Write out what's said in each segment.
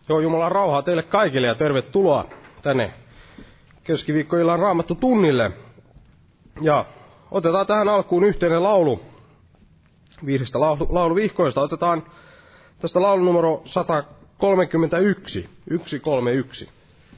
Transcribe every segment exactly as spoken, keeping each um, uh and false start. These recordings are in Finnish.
Joo, Jumalan rauhaa teille kaikille ja tervetuloa tänne keskiviikkoillan Raamattu tunnille. Ja otetaan tähän alkuun yhteinen laulu viidestä laulu, lauluvihkoista. Otetaan tästä laulu numero sata kolmekymmentäyksi, sata kolmekymmentäyksi.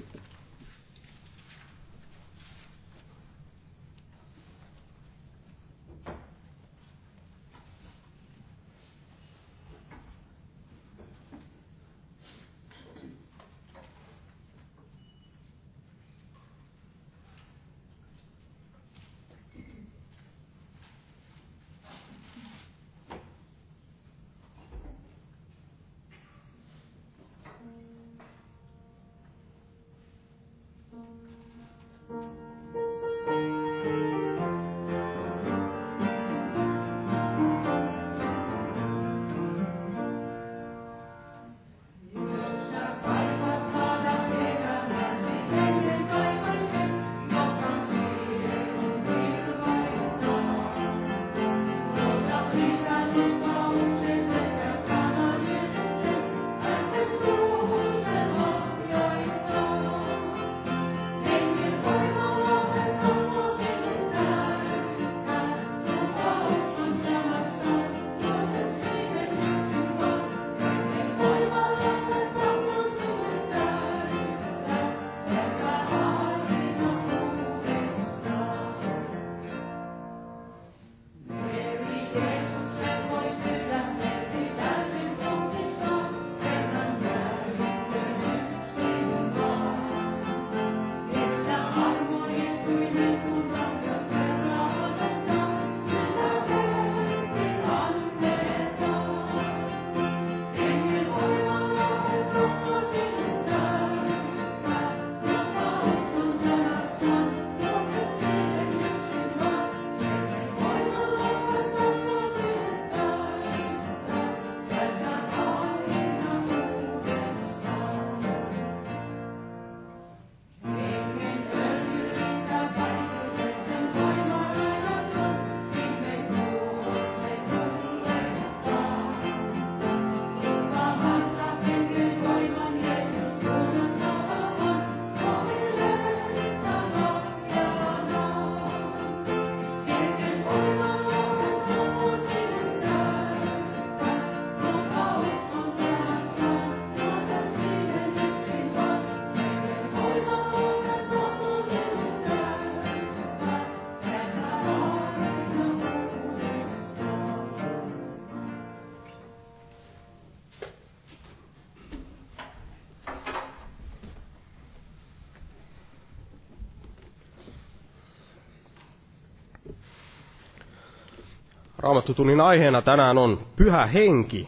Raamattutunnin aiheena tänään on Pyhä Henki.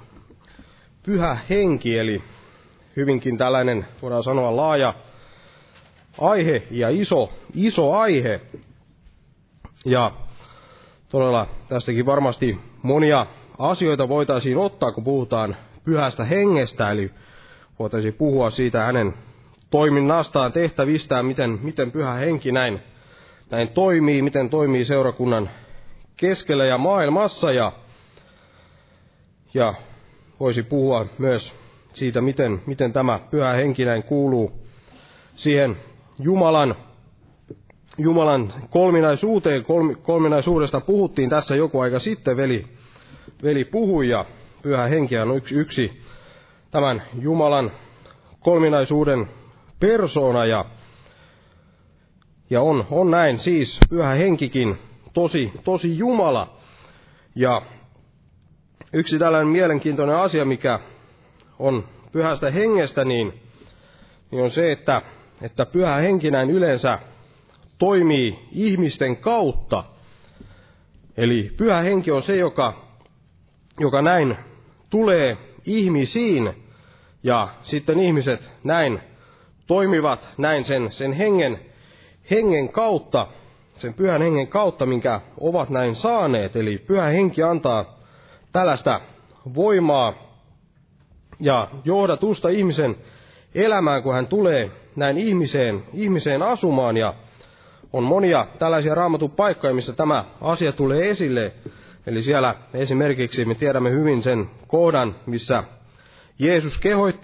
Pyhä Henki, eli hyvinkin tällainen, voidaan sanoa, laaja aihe ja iso, iso aihe. Ja todella tästäkin varmasti monia asioita voitaisiin ottaa, kun puhutaan Pyhästä Hengestä, eli voitaisiin puhua siitä hänen toiminnastaan, tehtävistään, miten, miten Pyhä Henki näin, näin toimii, miten toimii seurakunnan keskellä ja maailmassa, ja, ja voisi puhua myös siitä, miten, miten tämä Pyhä Henki näin kuuluu siihen Jumalan, Jumalan kolminaisuuteen. Kolmi, kolminaisuudesta puhuttiin tässä joku aika sitten, veli, veli puhui, ja Pyhä Henki on yksi, yksi tämän Jumalan kolminaisuuden persoona, ja, ja on, on näin siis Pyhä Henkikin Tosi, tosi Jumala. Ja yksi tällainen mielenkiintoinen asia, mikä on Pyhästä Hengestä, niin, niin on se, että, että Pyhä Henki näin yleensä toimii ihmisten kautta. Eli Pyhä Henki on se, joka, joka näin tulee ihmisiin, ja sitten ihmiset näin toimivat näin sen, sen hengen, hengen kautta, sen Pyhän Hengen kautta, minkä ovat näin saaneet. Eli Pyhä Henki antaa tällaista voimaa ja johdatusta ihmisen elämään, kun hän tulee näin ihmiseen, ihmiseen asumaan. Ja on monia tällaisia Raamatun paikkoja, missä tämä asia tulee esille. Eli siellä esimerkiksi me tiedämme hyvin sen kohdan, missä Jeesus kehoitti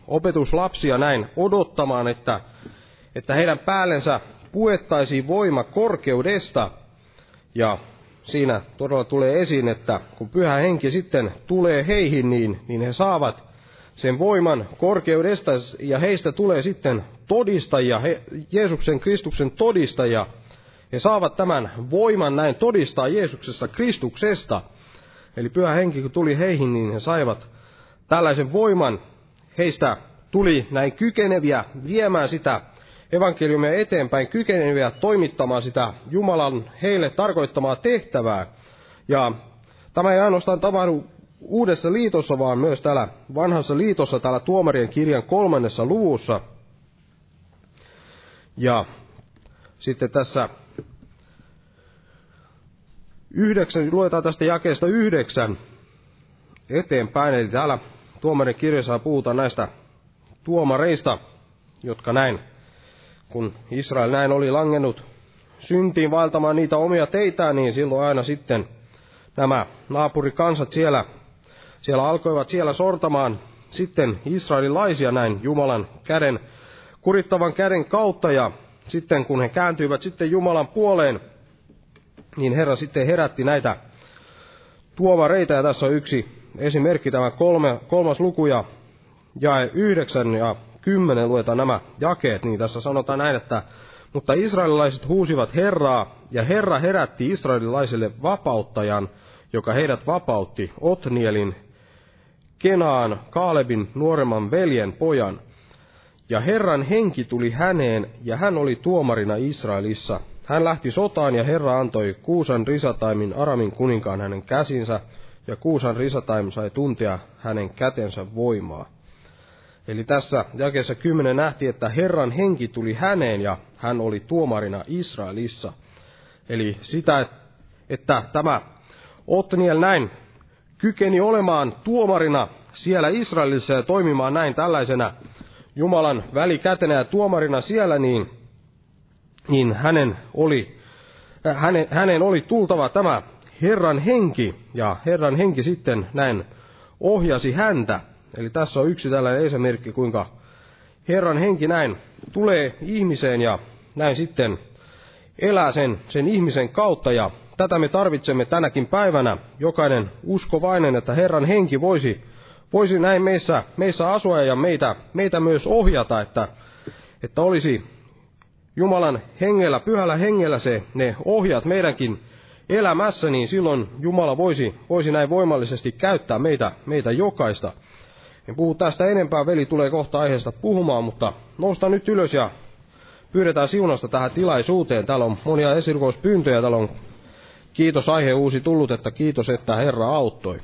opetuslapsia näin odottamaan, että, että heidän päällensä puettaisiin voima korkeudesta. Ja siinä todella tulee esiin, että kun Pyhä Henki sitten tulee heihin, niin, niin he saavat sen voiman korkeudesta, ja heistä tulee sitten todistajia, he, Jeesuksen Kristuksen todistajia. He saavat tämän voiman näin todistaa Jeesuksesta Kristuksesta. Eli Pyhä Henki kun tuli heihin, niin he saivat tällaisen voiman. Heistä tuli näin kykeneviä viemään sitä evankeliumia eteenpäin, kykeneviä toimittamaan sitä Jumalan heille tarkoittamaa tehtävää. Ja tämä ei ainoastaan tapahdu Uudessa liitossa, vaan myös täällä Vanhassa liitossa, täällä Tuomarien kirjan kolmannessa luvussa. Ja sitten tässä yhdeksän, luetaan tästä jakeesta yhdeksän eteenpäin, eli täällä Tuomarien kirjassa puhutaan näistä tuomareista, jotka näin, kun Israel näin oli langennut syntiin vaeltamaan niitä omia teitään, niin silloin aina sitten nämä naapurikansat siellä, siellä alkoivat siellä sortamaan sitten israelilaisia näin Jumalan käden, kurittavan käden kautta, ja sitten kun he kääntyivät sitten Jumalan puoleen, niin Herra sitten herätti näitä tuomareita, ja tässä on yksi esimerkki, tämä kolme, kolmas luku ja jae yhdeksän ja kymmenen luetaan nämä jakeet, niin tässä sanotaan näin, että mutta israelilaiset huusivat Herraa, ja Herra herätti israelilaisille vapauttajan, joka heidät vapautti, Otnielin, Kenaan, Kaalebin nuoremman veljen pojan. Ja Herran henki tuli häneen, ja hän oli tuomarina Israelissa. Hän lähti sotaan, ja Herra antoi Kuusan risataimin Aramin kuninkaan hänen käsinsä, ja Kuusan risataim sai tuntea hänen kätensä voimaa. Eli tässä jakeessa kymmenen nähtiin, että Herran henki tuli häneen, ja hän oli tuomarina Israelissa. Eli sitä, että tämä Otniel näin kykeni olemaan tuomarina siellä Israelissa ja toimimaan näin tällaisena Jumalan välikätenä ja tuomarina siellä, niin, niin hänen, oli, hänen, hänen oli tultava tämä Herran henki, ja Herran henki sitten näin ohjasi häntä. Eli tässä on yksi tällainen esimerkki, kuinka Herran henki näin tulee ihmiseen ja näin sitten elää sen, sen ihmisen kautta, ja tätä me tarvitsemme tänäkin päivänä, jokainen uskovainen, että Herran henki voisi, voisi näin meissä, meissä asua ja meitä, meitä myös ohjata, että, että olisi Jumalan hengellä, pyhällä hengellä se, ne ohjat meidänkin elämässä, niin silloin Jumala voisi, voisi näin voimallisesti käyttää meitä, meitä jokaista. En puhu tästä enempää, veli tulee kohta aiheesta puhumaan, mutta noustaan nyt ylös ja pyydetään siunasta tähän tilaisuuteen. Täällä on monia esirukouspyyntöjä, täällä on kiitos aihe uusi tullut, että kiitos, että Herra auttoi.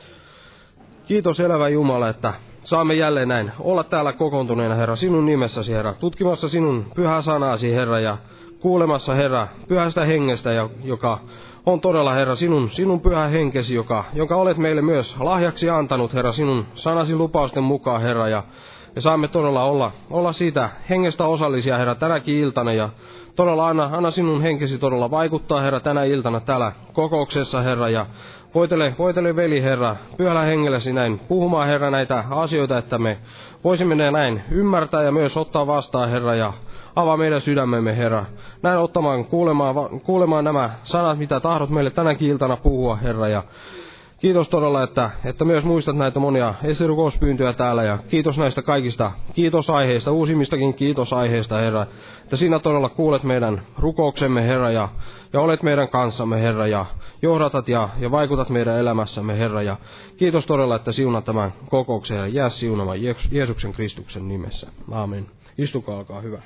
Kiitos elävä Jumala, että saamme jälleen näin olla täällä kokoontuneena, Herra, sinun nimessäsi, Herra, tutkimassa sinun pyhää sanasi, Herra, ja kuulemassa, Herra, pyhästä hengestä, joka on todella, Herra, sinun, sinun pyhä henkesi, joka, jonka olet meille myös lahjaksi antanut, Herra, sinun sanasi lupausten mukaan, Herra, ja, ja saamme todella olla, olla siitä hengestä osallisia, Herra, tänäkin iltana, ja todella anna, anna sinun henkesi todella vaikuttaa, Herra, tänä iltana täällä kokouksessa, Herra, ja voitele, voitele veli, Herra, pyhällä hengelläsi näin puhumaan, Herra, näitä asioita, että me voisimme ne näin ymmärtää ja myös ottaa vastaan, Herra, ja avaa meidän sydämemme, Herra, näin ottamaan, kuulemaan, kuulemaan nämä sanat, mitä tahdot meille tänäkin iltana puhua, Herra, ja kiitos todella, että, että myös muistat näitä monia esirukouspyyntöjä täällä, ja kiitos näistä kaikista kiitosaiheista, uusimmistakin kiitosaiheista, Herra, että sinä todella kuulet meidän rukouksemme, Herra, ja, ja olet meidän kanssamme, Herra, ja johdatat ja, ja vaikutat meidän elämässämme, Herra, ja kiitos todella, että siunat tämän kokouksen ja jää siunamaan Jeesuksen Kristuksen nimessä. Aamen. Istukaa, olkaa hyvä.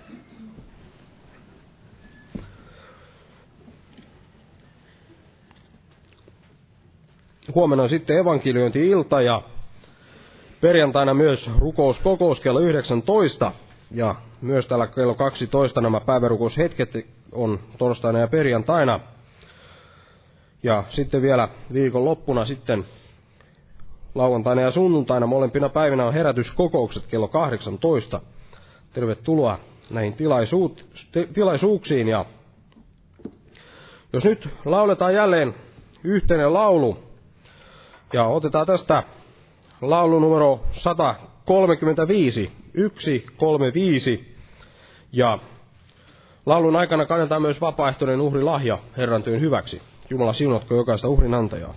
Huomenna on sitten evankeliointi-ilta ja perjantaina myös rukouskokous kello yhdeksäntoista. Ja myös täällä kello kaksitoista nämä päivärukoushetket on torstaina ja perjantaina. Ja sitten vielä viikon loppuna sitten lauantaina ja sunnuntaina molempina päivinä on herätyskokoukset kello kahdeksantoista. Tervetuloa näihin tilaisuut, tilaisuuksiin. Ja jos nyt lauletaan jälleen yhteinen laulu, ja otetaan tästä laulu numero sata kolmekymmentäviisi, yksi kolme viisi. Ja laulun aikana kannetaan myös vapaaehtoinen uhrilahja Herran työn hyväksi. Jumala siunatko jokaista uhrin antajaa.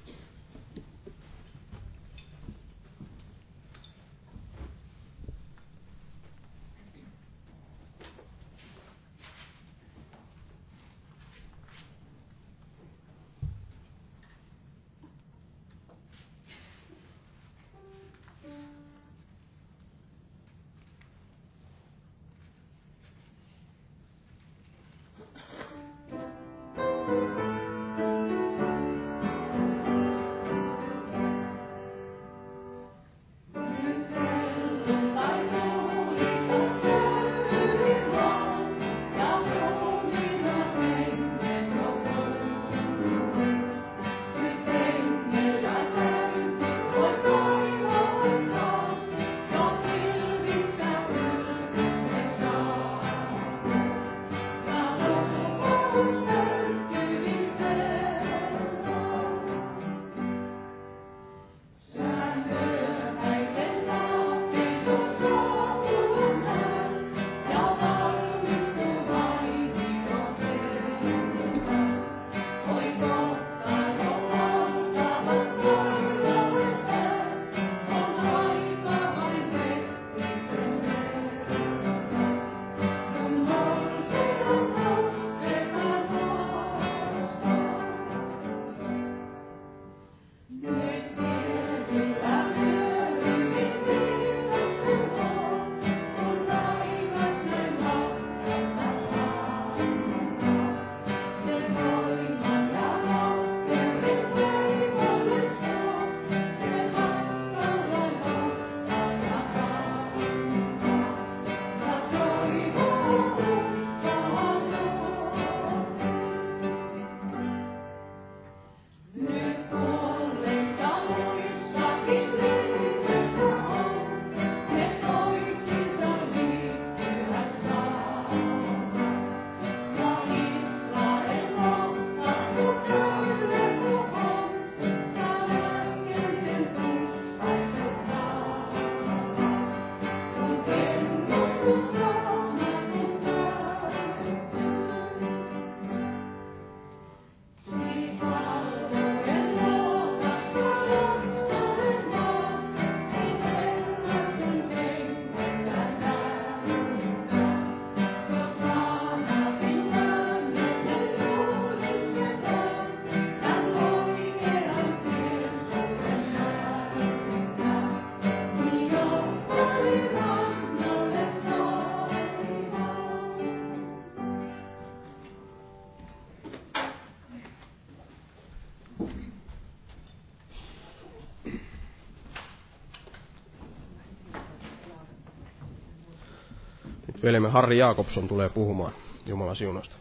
Veljemme Harri Jaakobson tulee puhumaan Jumalan siunasta.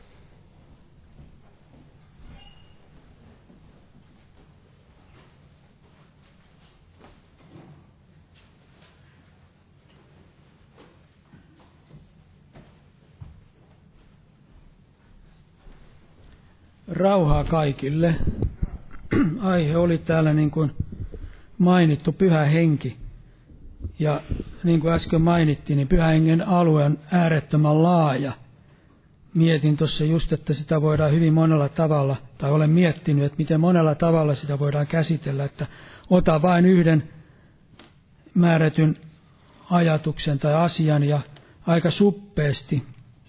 Rauhaa kaikille. Aihe oli täällä niin kuin mainittu Pyhä Henki. Ja niin kuin äsken mainittiin, niin Pyhän Hengen alue on äärettömän laaja. Mietin tuossa just, että sitä voidaan hyvin monella tavalla, tai olen miettinyt, että miten monella tavalla sitä voidaan käsitellä, että ota vain yhden määrätyn ajatuksen tai asian ja aika suppeasti,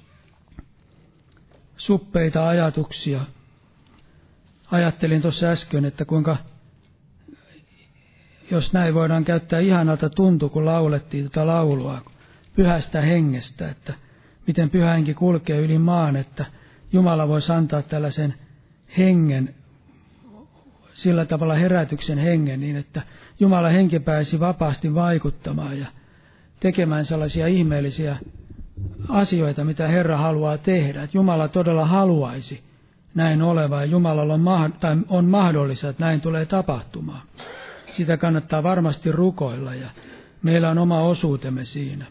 suppeita ajatuksia. Ajattelin tuossa äsken, että kuinka, jos näin voidaan käyttää, ihanalta tuntui, kun laulettiin tätä laulua Pyhästä Hengestä, että miten Pyhä Henki kulkee yli maan, että Jumala voisi antaa tällaisen hengen, sillä tavalla herätyksen hengen, niin että Jumala henki pääsi vapaasti vaikuttamaan ja tekemään sellaisia ihmeellisiä asioita, mitä Herra haluaa tehdä. Että Jumala todella haluaisi näin oleva ja Jumalalla on, tai on mahdollista, että näin tulee tapahtumaan. Sitä kannattaa varmasti rukoilla ja meillä on oma osuutemme siinä.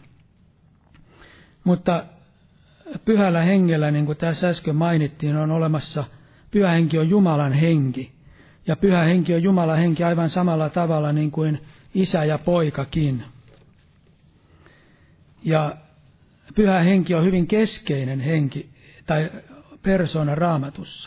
Mutta Pyhällä Hengellä, niin kuin tässä äsken mainittiin, on olemassa, Pyhä Henki on Jumalan henki. Ja Pyhä Henki on Jumalan henki aivan samalla tavalla niin kuin Isä ja Poikakin. Ja pyhä henki on hyvin keskeinen henki tai persoona Raamatussa.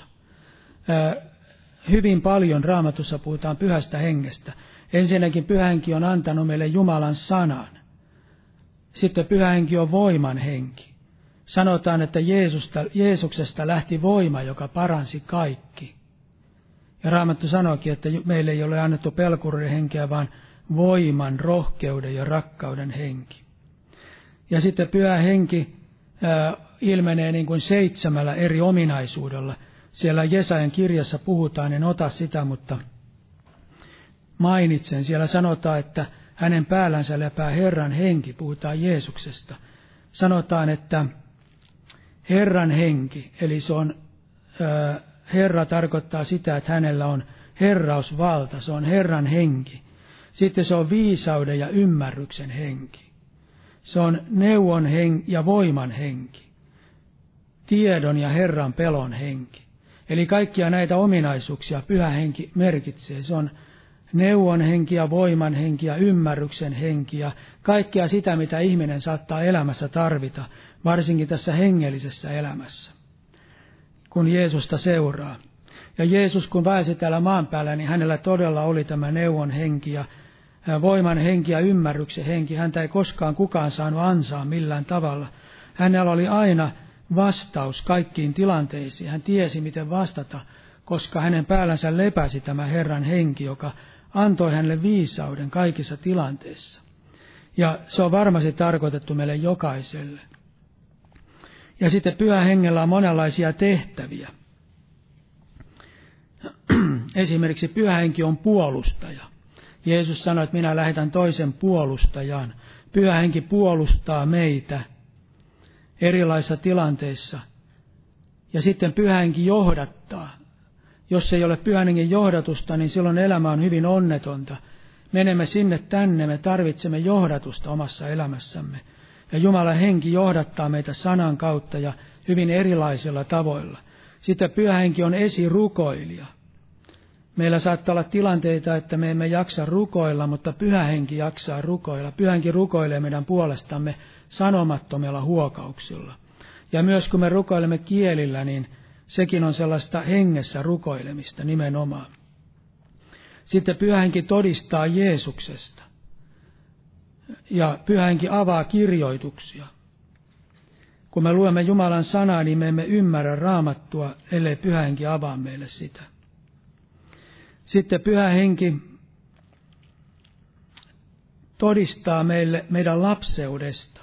Hyvin paljon Raamatussa puhutaan pyhästä hengestä. Ensinnäkin pyhä henki on antanut meille Jumalan sanan. Sitten pyhä henki on voiman henki. Sanotaan, että Jeesusta, Jeesuksesta lähti voima, joka paransi kaikki. Ja Raamattu sanookin, että meille ei ole annettu pelkurin henkeä, vaan voiman, rohkeuden ja rakkauden henki. Ja sitten pyhä henki ää, ilmenee niin kuin seitsemällä eri ominaisuudella. Siellä Jesajan kirjassa puhutaan, en ota sitä, mutta mainitsen. Siellä sanotaan, että hänen päällänsä lepää Herran henki, puhutaan Jeesuksesta. Sanotaan, että Herran henki, eli se on, ää, Herra tarkoittaa sitä, että hänellä on herrausvalta, se on Herran henki. Sitten se on viisauden ja ymmärryksen henki. Se on neuvon henki ja voiman henki. Tiedon ja Herran pelon henki. Eli kaikkia näitä ominaisuuksia pyhä henki merkitsee. Se on neuvon henki ja voiman henki ja ymmärryksen henki ja kaikkea sitä, mitä ihminen saattaa elämässä tarvita, varsinkin tässä hengellisessä elämässä, kun Jeesusta seuraa. Ja Jeesus, kun väisi täällä maan päällä, niin hänellä todella oli tämä neuvon henki ja voiman henki ja ymmärryksen henki. Häntä ei koskaan kukaan saanut ansaa millään tavalla. Hänellä oli aina vastaus kaikkiin tilanteisiin. Hän tiesi, miten vastata, koska hänen päällänsä lepäsi tämä Herran henki, joka antoi hänelle viisauden kaikissa tilanteissa. Ja se on varmasti tarkoitettu meille jokaiselle. Ja sitten pyhä hengellä on monenlaisia tehtäviä. Esimerkiksi pyhä henki on puolustaja. Jeesus sanoi, että minä lähetän toisen puolustajan. Pyhä henki puolustaa meitä erilaisissa tilanteissa. Ja sitten pyhä henki johdattaa. Jos ei ole pyhän hengen johdatusta, niin silloin elämä on hyvin onnetonta. Menemme sinne tänne, me tarvitsemme johdatusta omassa elämässämme. Ja Jumalan henki johdattaa meitä sanan kautta ja hyvin erilaisilla tavoilla. Sitten pyhä henki on esirukoilija. Meillä saattaa olla tilanteita, että me emme jaksa rukoilla, mutta pyhä henki jaksaa rukoilla. Pyhä henki rukoilee meidän puolestamme sanomattomilla huokauksilla. Ja myös kun me rukoilemme kielillä, niin sekin on sellaista hengessä rukoilemista nimenomaan. Sitten pyhä henki todistaa Jeesuksesta. Ja pyhä henki avaa kirjoituksia. Kun me luemme Jumalan sanaa, niin me emme ymmärrä Raamattua, ellei pyhä henki avaa meille sitä. Sitten pyhä henki todistaa meille meidän lapseudesta.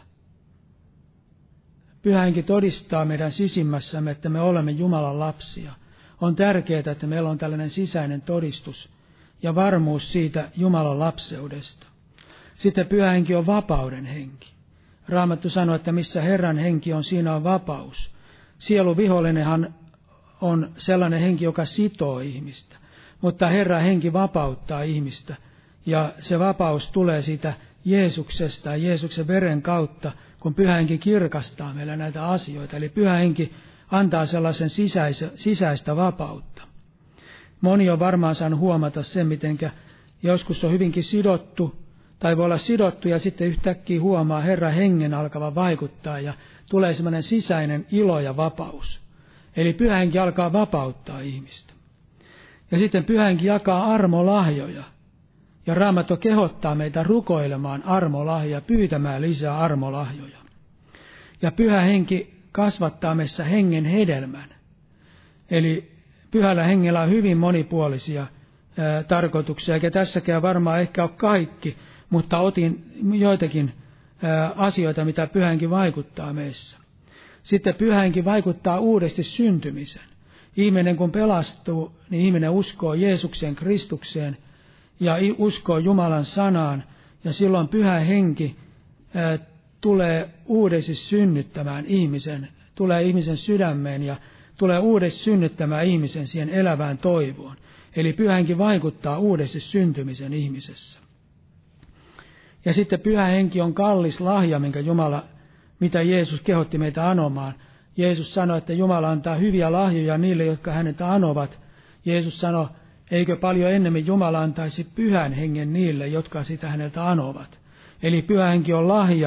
Pyhä henki todistaa meidän sisimmässämme, että me olemme Jumalan lapsia. On tärkeää, että meillä on tällainen sisäinen todistus ja varmuus siitä Jumalan lapseudesta. Sitten pyhä henki on vapauden henki. Raamattu sanoo, että missä Herran henki on, siinä on vapaus. Sielun vihollinenhan on sellainen henki, joka sitoo ihmistä. Mutta Herran henki vapauttaa ihmistä. Ja se vapaus tulee siitä Jeesuksesta ja Jeesuksen veren kautta, kun pyhä henki kirkastaa meillä näitä asioita. Eli pyhä henki antaa sellaisen sisäistä, sisäistä vapautta. Moni on varmaan saanut huomata sen, mitenkä joskus on hyvinkin sidottu, tai voi olla sidottu ja sitten yhtäkkiä huomaa Herran hengen alkavan vaikuttaa ja tulee semmoinen sisäinen ilo ja vapaus. Eli pyhä henki alkaa vapauttaa ihmistä. Ja sitten pyhä henki jakaa armolahjoja. Ja Raamattu kehottaa meitä rukoilemaan armolahjoja, pyytämään lisää armolahjoja. Ja pyhä henki kasvattaa meissä hengen hedelmän. Eli pyhällä hengellä on hyvin monipuolisia ää, tarkoituksia, eikä tässäkään varmaan ehkä ole kaikki, mutta otin joitakin ää, asioita, mitä pyhä henki vaikuttaa meissä. Sitten pyhä henki vaikuttaa uudesti syntymisen. Ihminen kun pelastuu, niin ihminen uskoo Jeesukseen, Kristukseen ja uskoo Jumalan sanaan. Ja silloin pyhä henki ää, tulee uudesti synnyttämään ihmisen, tulee ihmisen sydämeen ja tulee uudesti synnyttämään ihmisen siihen elävään toivoon. Eli pyhä henki vaikuttaa uudesti syntymisen ihmisessä. Ja sitten pyhä henki on kallis lahja, minkä Jumala, mitä Jeesus kehotti meitä anomaan. Jeesus sanoi, että Jumala antaa hyviä lahjoja niille, jotka hänet anovat. Jeesus sanoi, eikö paljon ennemmin Jumala antaisi pyhän hengen niille, jotka sitä häneltä anovat. Eli pyhä henki on lahja,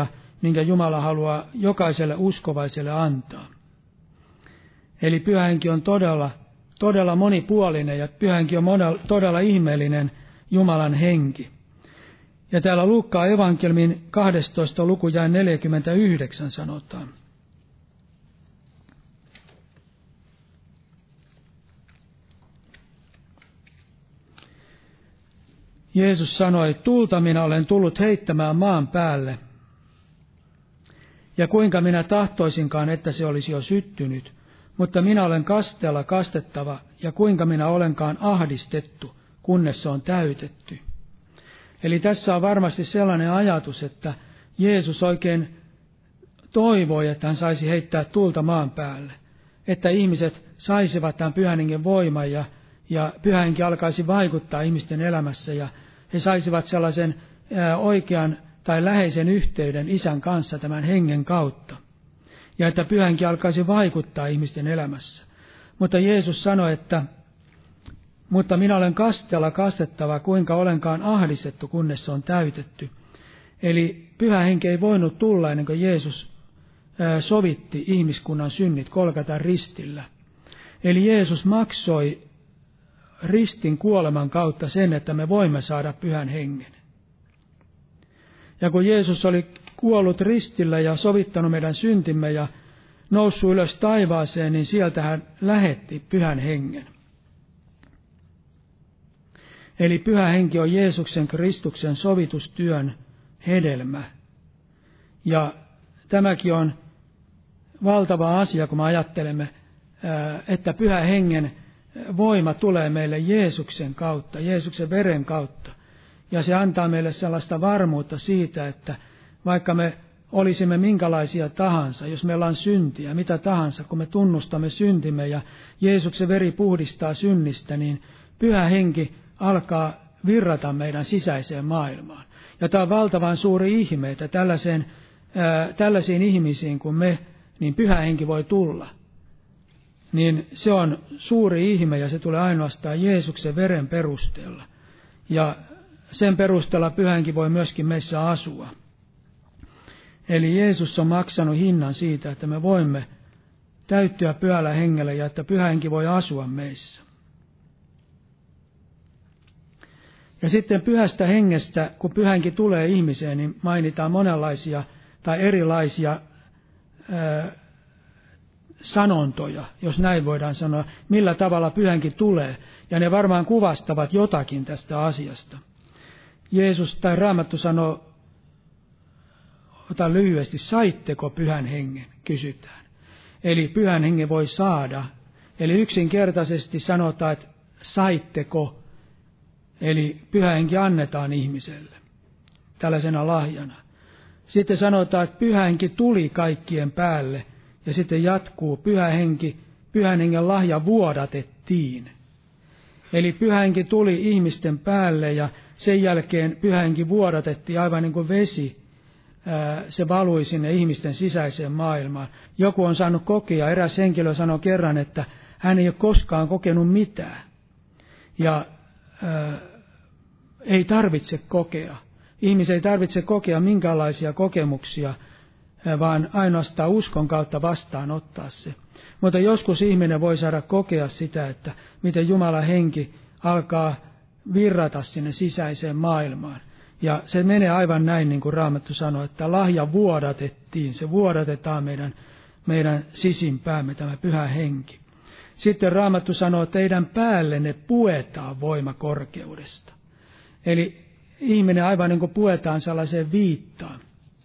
minkä Jumala haluaa jokaiselle uskovaiselle antaa. Eli Pyhä Henki on todella, todella monipuolinen ja Pyhä Henki on todella ihmeellinen Jumalan henki. Ja täällä Luukkaan evankeliumin kahdestoista luku jae neljäkymmentäyhdeksän sanotaan. Jeesus sanoi, tulta minä olen tullut heittämään maan päälle. Ja kuinka minä tahtoisinkaan, että se olisi jo syttynyt, mutta minä olen kasteella kastettava, ja kuinka minä olenkaan ahdistettu, kunnes se on täytetty. Eli tässä on varmasti sellainen ajatus, että Jeesus oikein toivoi, että hän saisi heittää tulta maan päälle, että ihmiset saisivat tämän Pyhän Hengen voiman ja, ja Pyhä Henki alkaisi vaikuttaa ihmisten elämässä ja he saisivat sellaisen ää, oikean tai läheisen yhteyden Isän kanssa tämän hengen kautta. Ja että Pyhä Henki alkaisi vaikuttaa ihmisten elämässä. Mutta Jeesus sanoi, että mutta minä olen kasteella kastettava, kuinka olenkaan ahdistettu, kunnes se on täytetty. Eli Pyhä Henki ei voinut tulla ennen kuin Jeesus ää, sovitti ihmiskunnan synnit Golgatan ristillä. Eli Jeesus maksoi ristin kuoleman kautta sen, että me voimme saada Pyhän Hengen. Ja kun Jeesus oli kuollut ristillä ja sovittanut meidän syntimme ja noussut ylös taivaaseen, niin sieltä hän lähetti Pyhän Hengen. Eli Pyhä Henki on Jeesuksen Kristuksen sovitustyön hedelmä. Ja tämäkin on valtava asia, kun me ajattelemme, että Pyhä Hengen voima tulee meille Jeesuksen kautta, Jeesuksen veren kautta. Ja se antaa meille sellaista varmuutta siitä, että vaikka me olisimme minkälaisia tahansa, jos meillä on syntiä, mitä tahansa, kun me tunnustamme syntimme ja Jeesuksen veri puhdistaa synnistä, niin Pyhä Henki alkaa virrata meidän sisäiseen maailmaan. Ja tämä on valtavan suuri ihme, että tällaiseen, ää, tällaisiin ihmisiin kuin me, niin Pyhä Henki voi tulla. Niin se on suuri ihme ja se tulee ainoastaan Jeesuksen veren perusteella. Ja sen perusteella Pyhä Henki voi myöskin meissä asua. Eli Jeesus on maksanut hinnan siitä, että me voimme täyttyä Pyhällä Hengellä ja että Pyhä Henki voi asua meissä. Ja sitten Pyhästä Hengestä, kun Pyhä Henki tulee ihmiseen, niin mainitaan monenlaisia tai erilaisia ää, sanontoja, jos näin voidaan sanoa, millä tavalla Pyhä Henki tulee. Ja ne varmaan kuvastavat jotakin tästä asiasta. Jeesus tai Raamattu sanoo, ota lyhyesti, saitteko Pyhän Hengen, kysytään. Eli Pyhän Hengen voi saada. Eli yksinkertaisesti sanotaan, että saitteko, eli Pyhä Henki annetaan ihmiselle tällaisena lahjana. Sitten sanotaan, että Pyhä Henki tuli kaikkien päälle, ja sitten jatkuu, Pyhä Henki, Pyhän Hengen lahja vuodatettiin. Eli Pyhä Henki tuli ihmisten päälle, ja sen jälkeen Pyhä Henki vuodatettiin aivan niin kuin vesi. Se valui sinne ihmisten sisäiseen maailmaan. Joku on saanut kokea, eräs henkilö sanoi kerran, että hän ei ole koskaan kokenut mitään. Ja ää, ei tarvitse kokea. Ihmisen ei tarvitse kokea minkäänlaisia kokemuksia, vaan ainoastaan uskon kautta vastaanottaa se. Mutta joskus ihminen voi saada kokea sitä, että miten Jumalan henki alkaa virrata sinne sisäiseen maailmaan. Ja se menee aivan näin, niin kuin Raamattu sanoi, että lahja vuodatettiin. Se vuodatetaan meidän, meidän sisimpäämme, tämä Pyhä Henki. Sitten Raamattu sanoo, että teidän päällenne puetaan voima korkeudesta. Eli ihminen aivan niin kuin puetaan sellaiseen viittaan.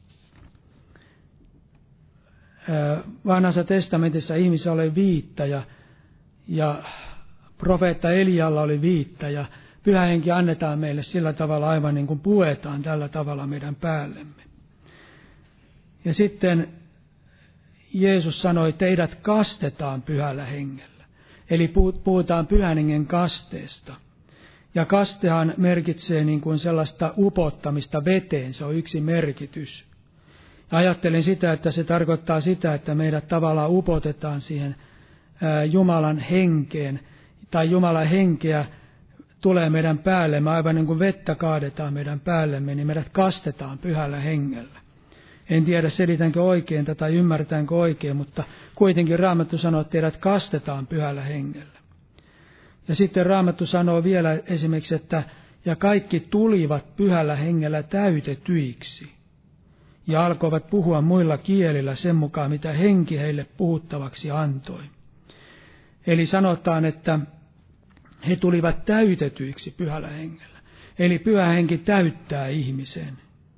Vanhassa testamentissa ihmisellä oli viitta ja, ja profeetta Elialla oli viitta ja Pyhä Henki annetaan meille sillä tavalla aivan niin kuin puetaan tällä tavalla meidän päällemme. Ja sitten Jeesus sanoi, teidät kastetaan Pyhällä Hengellä. Eli puhutaan Pyhän Hengen kasteesta. Ja kastehan merkitsee niin kuin sellaista upottamista veteen, se on yksi merkitys. Ja ajattelin sitä, että se tarkoittaa sitä, että meidät tavallaan upotetaan siihen Jumalan henkeen, tai Jumalan henkeä tulee meidän päällemme, aivan niin kuin vettä kaadetaan meidän päällemme, niin meidät kastetaan Pyhällä Hengellä. En tiedä, selitänkö oikein tätä tai ymmärretäänkö oikein, mutta kuitenkin Raamattu sanoo, että teidät kastetaan pyhällä hengellä. Ja sitten Raamattu sanoo vielä esimerkiksi, että ja kaikki tulivat pyhällä hengellä täytetyiksi ja alkoivat puhua muilla kielillä sen mukaan, mitä henki heille puhuttavaksi antoi. Eli sanotaan, että he tulivat täytetyiksi pyhällä hengellä. Eli pyhä henki täyttää ihmisen.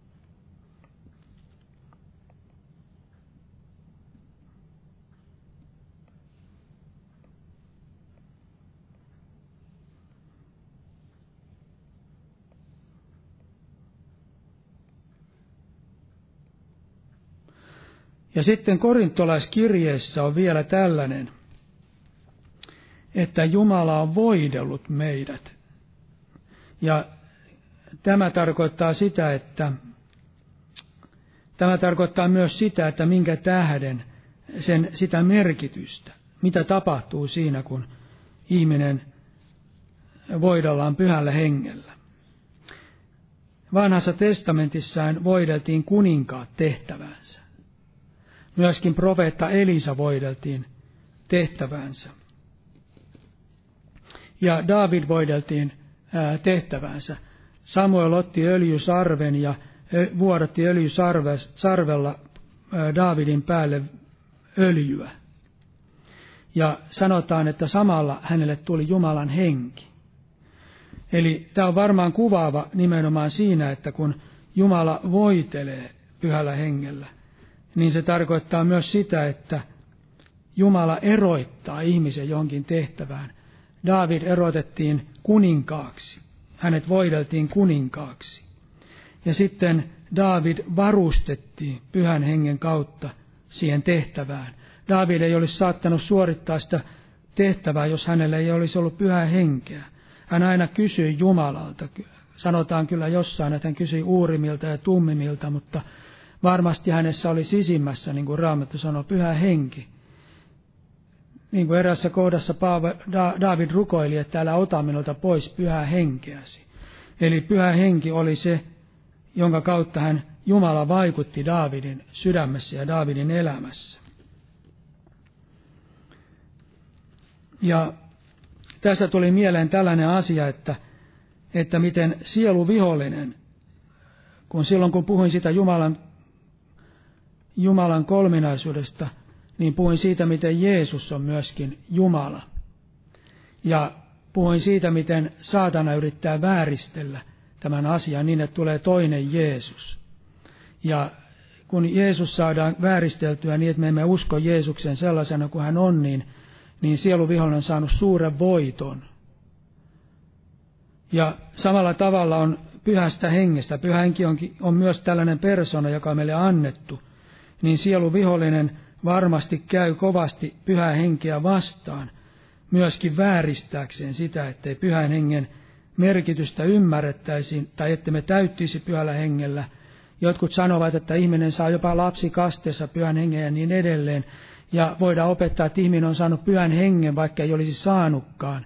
Ja sitten korintolaiskirjeessä on vielä tällainen, että Jumala on voidellut meidät. Ja tämä tarkoittaa sitä, että tämä tarkoittaa myös sitä, että minkä tähden sen, sitä merkitystä, mitä tapahtuu siinä, kun ihminen voidellaan pyhällä hengellä. Vanhassa testamentissaan voideltiin kuninkaat tehtävänsä. Myöskin profeetta Elisa voideltiin tehtävänsä. Ja David voideltiin ää, tehtävänsä. Samuel otti öljysarven ja vuodatti öljysarvella ää, Davidin päälle öljyä. Ja sanotaan, että samalla hänelle tuli Jumalan henki. Eli tämä on varmaan kuvaava nimenomaan siinä, että kun Jumala voitelee pyhällä hengellä, niin se tarkoittaa myös sitä, että Jumala eroittaa ihmisen johonkin tehtävään. David erotettiin kuninkaaksi. Hänet voideltiin kuninkaaksi. Ja sitten David varustettiin pyhän hengen kautta siihen tehtävään. David ei olisi saattanut suorittaa sitä tehtävää, jos hänellä ei olisi ollut pyhää henkeä. Hän aina kysyi Jumalalta. Sanotaan kyllä jossain, että hän kysyi Uurimilta ja Tummimilta, mutta varmasti hänessä oli sisimmässä, niin kuin Raamattu sanoo, pyhä henki. Niin kuin erässä kohdassa David rukoili, että älä ota minulta pois pyhää henkeäsi. Eli pyhä henki oli se, jonka kautta hän Jumala vaikutti Davidin sydämessä ja Davidin elämässä. Ja tässä tuli mieleen tällainen asia, että, että miten sieluvihollinen, kun silloin kun puhuin sitä Jumalan, Jumalan kolminaisuudesta, niin puhuin siitä, miten Jeesus on myöskin Jumala. Ja puhuin siitä, miten saatana yrittää vääristellä tämän asian niin, että tulee toinen Jeesus. Ja kun Jeesus saadaan vääristeltyä niin, että me emme usko Jeesuksen sellaisena kuin hän on, niin, niin sieluvihollinen on saanut suuren voiton. Ja samalla tavalla on pyhästä hengestä. Pyhä henki on, on myös tällainen persona, joka on meille annettu. Niin sieluvihollinen varmasti käy kovasti pyhää henkeä vastaan, myöskin vääristääkseen sitä, ettei pyhän hengen merkitystä ymmärrettäisiin tai että me täyttyisi pyhällä hengellä. Jotkut sanovat, että ihminen saa jopa lapsikasteessa pyhän hengen ja niin edelleen. Ja voidaan opettaa, että ihminen on saanut pyhän hengen, vaikka ei olisi saanutkaan.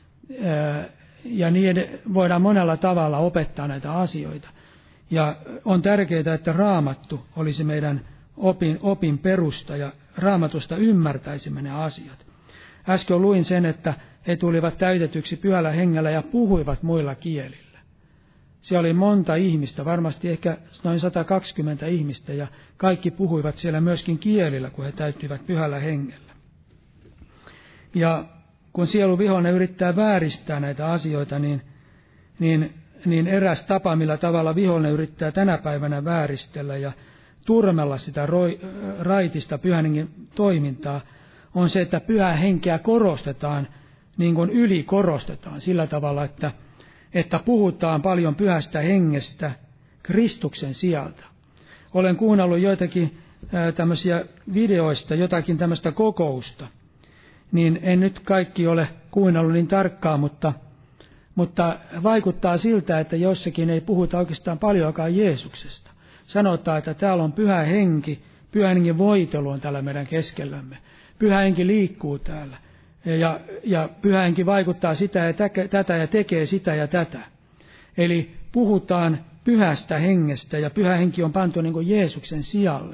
Ja niin voidaan monella tavalla opettaa näitä asioita. Ja on tärkeää, että Raamattu olisi meidän opin, opin perusta ja Raamatusta ymmärtäisimme ne asiat. Äsken luin sen, että he tulivat täytetyksi pyhällä hengellä ja puhuivat muilla kielillä. Siellä oli monta ihmistä, varmasti ehkä noin sata kaksikymmentä ihmistä, ja kaikki puhuivat siellä myöskin kielillä, kun he täyttyivät pyhällä hengellä. Ja kun sieluvihollinen yrittää vääristää näitä asioita, niin, niin, niin eräs tapa, millä tavalla vihollinen yrittää tänä päivänä vääristellä ja turmella sitä roi, raitista pyhän hengen toimintaa, on se, että pyhää henkeä korostetaan, niin kuin ylikorostetaan sillä tavalla, että, että puhutaan paljon pyhästä hengestä Kristuksen sijalta. Olen kuunnellut joitakin ää, tämmöisiä videoista, jotakin tämmöistä kokousta, niin en nyt kaikki ole kuunnellut niin tarkkaan, mutta, mutta vaikuttaa siltä, että jossakin ei puhuta oikeastaan paljoakaan Jeesuksesta. Sanotaan, että täällä on pyhä henki, pyhän hengen voitelu on täällä meidän keskellämme. Pyhä henki liikkuu täällä ja, ja pyhä henki vaikuttaa sitä ja tätä ja tekee sitä ja tätä. Eli puhutaan pyhästä hengestä, ja pyhä henki on pantu niin kuin Jeesuksen sijalle.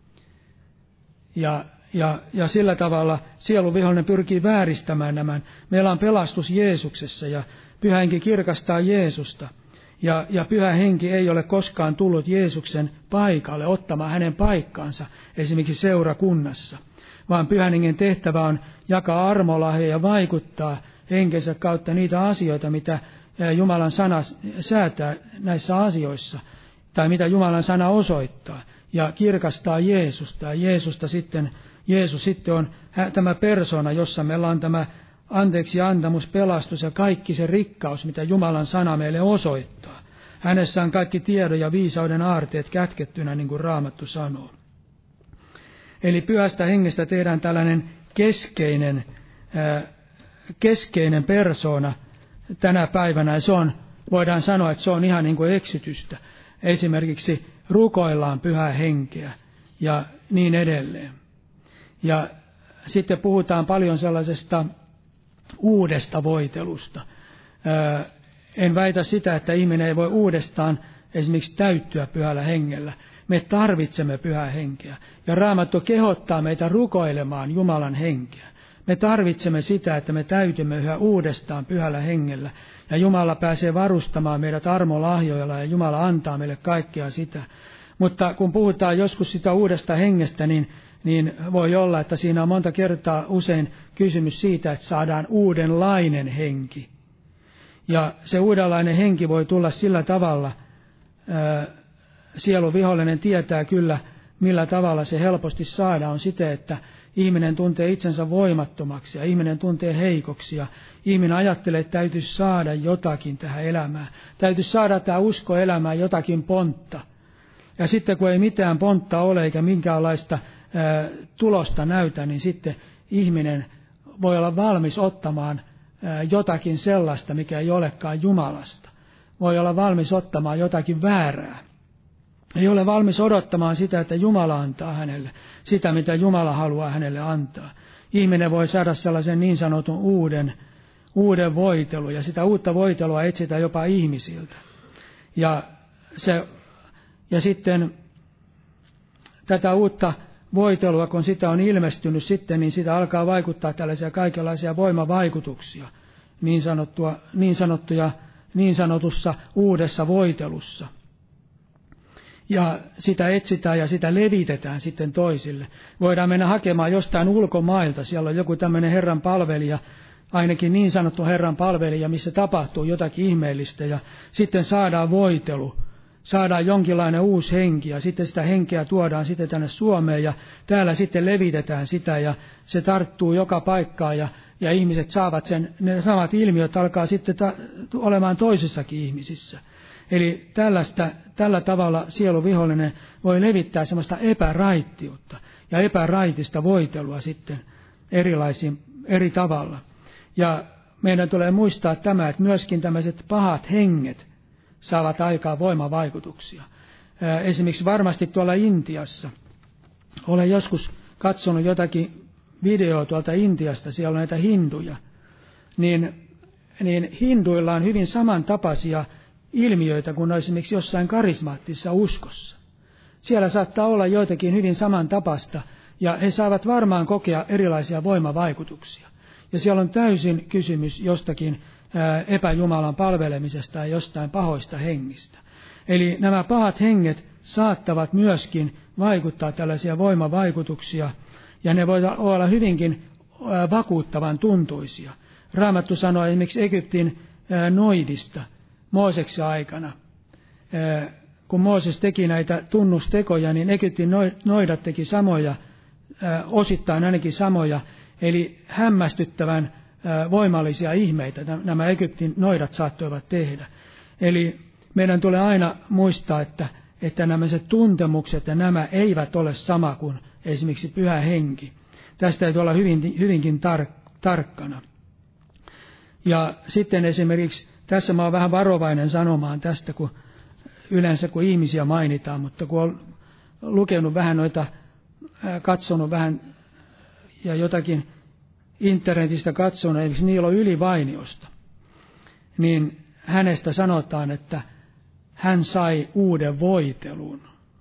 Ja, ja, ja sillä tavalla sieluvihollinen pyrkii vääristämään nämä. Meillä on pelastus Jeesuksessa, ja pyhä henki kirkastaa Jeesusta. Ja, ja pyhä henki ei ole koskaan tullut Jeesuksen paikalle ottamaan hänen paikkaansa, esimerkiksi seurakunnassa, vaan pyhän hengen tehtävä on jakaa armolahja ja vaikuttaa henkensä kautta niitä asioita, mitä Jumalan sana säätää näissä asioissa, tai mitä Jumalan sana osoittaa, ja kirkastaa Jeesusta. Ja Jeesusta sitten, Jeesus sitten on tämä persona, jossa meillä on tämä anteeksi antamus, pelastus ja kaikki se rikkaus, mitä Jumalan sana meille osoittaa. Hänessä on kaikki tiedon ja viisauden aarteet kätkettynä, niin kuin Raamattu sanoo. Eli pyhästä hengestä tehdään tällainen keskeinen, keskeinen persona tänä päivänä, ja se on, voidaan sanoa, että se on ihan niin kuin eksitystä. Esimerkiksi rukoillaan pyhää henkeä ja niin edelleen. Ja sitten puhutaan paljon sellaisesta uudesta voitelusta. En väitä sitä, että ihminen ei voi uudestaan esimerkiksi täyttyä pyhällä hengellä. Me tarvitsemme pyhää henkeä. Ja Raamattu kehottaa meitä rukoilemaan Jumalan henkeä. Me tarvitsemme sitä, että me täytymme yhä uudestaan pyhällä hengellä. Ja Jumala pääsee varustamaan meidät armolahjoilla, ja Jumala antaa meille kaikkea sitä. Mutta kun puhutaan joskus sitä uudesta hengestä, niin, niin voi olla, että siinä on monta kertaa usein kysymys siitä, että saadaan uudenlainen henki. Ja se uudenlainen henki voi tulla sillä tavalla, ää, sieluvihollinen tietää kyllä, millä tavalla se helposti saadaan, on sitä, että ihminen tuntee itsensä voimattomaksi ja ihminen tuntee heikoksi ja ihminen ajattelee, että täytyisi saada jotakin tähän elämään. Täytyisi saada tämä usko elämään jotakin pontta. Ja sitten kun ei mitään pontta ole eikä minkäänlaista ää, tulosta näytä, niin sitten ihminen voi olla valmis ottamaan ää, jotakin sellaista, mikä ei olekaan Jumalasta. Voi olla valmis ottamaan jotakin väärää. Ei ole valmis odottamaan sitä, että Jumala antaa hänelle sitä, mitä Jumala haluaa hänelle antaa. Ihminen voi saada sellaisen niin sanotun uuden, uuden voitelun, ja sitä uutta voitelua etsitään jopa ihmisiltä. Ja, se, ja sitten tätä uutta voitelua, kun sitä on ilmestynyt sitten, niin sitä alkaa vaikuttaa tällaisia kaikenlaisia voimavaikutuksia, niin, sanottua, niin sanottuja, niin sanotussa uudessa voitelussa. Ja sitä etsitään ja sitä levitetään sitten toisille. Voidaan mennä hakemaan jostain ulkomailta. Siellä on joku tämmöinen Herran palvelija, ainakin niin sanottu Herran palvelija, missä tapahtuu jotakin ihmeellistä. Ja sitten saadaan voitelu, saadaan jonkinlainen uusi henki ja sitten sitä henkeä tuodaan sitten tänne Suomeen. Ja täällä sitten levitetään sitä ja se tarttuu joka paikkaan ja, ja ihmiset saavat sen, ne samat ilmiöt alkaa sitten ta- olemaan toisissakin ihmisissä. Eli tällaista, tällä tavalla sieluvihollinen voi levittää semmoista epäraittiutta ja epäraitista voitelua sitten erilaisiin, eri tavalla. Ja meidän tulee muistaa tämä, että myöskin tämmöiset pahat henget saavat aikaan voimavaikutuksia. Esimerkiksi varmasti tuolla Intiassa, olen joskus katsonut jotakin videoa tuolta Intiasta, siellä on näitä hinduja, niin, niin hinduilla on hyvin samantapaisia ilmiöitä kuin esimerkiksi jossain karismaattisessa uskossa. Siellä saattaa olla joitakin hyvin samantapaista, ja he saavat varmaan kokea erilaisia voimavaikutuksia. Ja siellä on täysin kysymys jostakin ää, epäjumalan palvelemisesta ja jostain pahoista hengistä. Eli nämä pahat henget saattavat myöskin vaikuttaa tällaisia voimavaikutuksia, ja ne voivat olla hyvinkin ää, vakuuttavan tuntuisia. Raamattu sanoo esimerkiksi Egyptin ää, noidista Mooseksen aikana. Kun Mooses teki näitä tunnustekoja, niin Egyptin noidat teki samoja, osittain ainakin samoja, eli hämmästyttävän voimallisia ihmeitä nämä Egyptin noidat saattoivat tehdä. Eli meidän tulee aina muistaa, että, että nämä tuntemukset ja nämä eivät ole sama kuin esimerkiksi pyhä henki. Tästä täytyy olla hyvin, hyvinkin tar, tarkkana. Ja sitten esimerkiksi tässä mä oon vähän varovainen sanomaan tästä, kun yleensä kun ihmisiä mainitaan, mutta kun olen lukenut vähän noita, katsonut vähän ja jotakin internetistä katsonut, esimerkiksi Niilo Ylivainiosta, niin hänestä sanotaan, että hän sai uuden voitelun.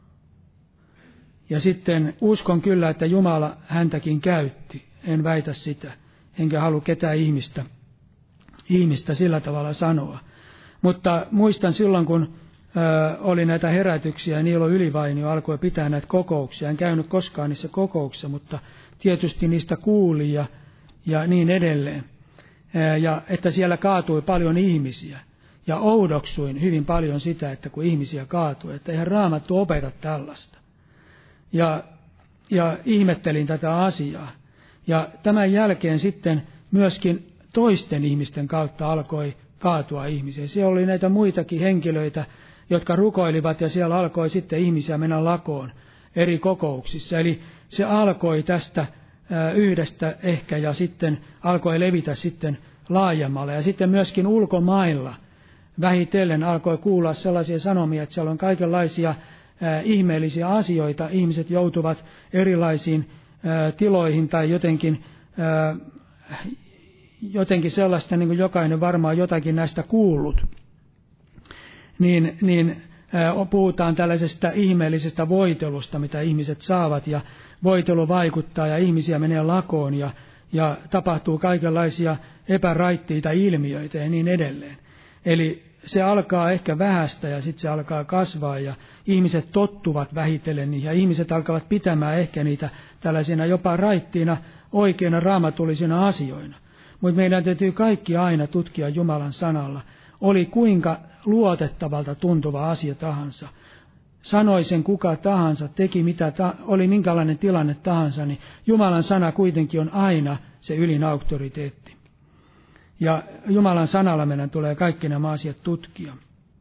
Ja sitten uskon kyllä, että Jumala häntäkin käytti. En väitä sitä, enkä halua ketään ihmistä, ihmistä sillä tavalla sanoa. Mutta muistan silloin, kun ö, oli näitä herätyksiä, ja Niilo Ylivainio alkoi pitää näitä kokouksia. En käynyt koskaan niissä kokouksissa, mutta tietysti niistä kuuli ja, ja niin edelleen. Ö, ja että siellä kaatui paljon ihmisiä. Ja oudoksuin hyvin paljon sitä, että kun ihmisiä kaatui, että eihän Raamattu opeta tällaista. Ja, ja ihmettelin tätä asiaa. Ja tämän jälkeen sitten myöskin toisten ihmisten kautta alkoi kaatua ihmisiä. Siellä oli näitä muitakin henkilöitä, jotka rukoilivat, ja siellä alkoi sitten ihmisiä mennä lakoon eri kokouksissa. Eli se alkoi tästä yhdestä ehkä, ja sitten alkoi levitä sitten laajemmalle. Ja sitten myöskin ulkomailla vähitellen alkoi kuulla sellaisia sanomia, että siellä on kaikenlaisia äh, ihmeellisiä asioita. Ihmiset joutuvat erilaisiin äh, tiloihin tai jotenkin, äh, jotenkin sellaista, niin kuin jokainen varmaan jotakin näistä kuullut. Niin, niin äh, puhutaan tällaisesta ihmeellisestä voitelusta, mitä ihmiset saavat, ja voitelu vaikuttaa ja ihmisiä menee lakoon ja, ja tapahtuu kaikenlaisia epäraittiita ilmiöitä ja niin edelleen. Eli se alkaa ehkä vähästä ja sitten se alkaa kasvaa ja ihmiset tottuvat vähitellen niihin ja ihmiset alkavat pitämään ehkä niitä tällaisina jopa raittiina, oikeina raamatullisina asioina. Mutta meidän täytyy kaikki aina tutkia Jumalan sanalla. Oli kuinka luotettavalta tuntuva asia tahansa. Sanoi sen kuka tahansa, teki mitä, ta- oli minkälainen tilanne tahansa, niin Jumalan sana kuitenkin on aina se ylin auktoriteetti. Ja Jumalan sanalla meidän tulee kaikki nämä asiat tutkia.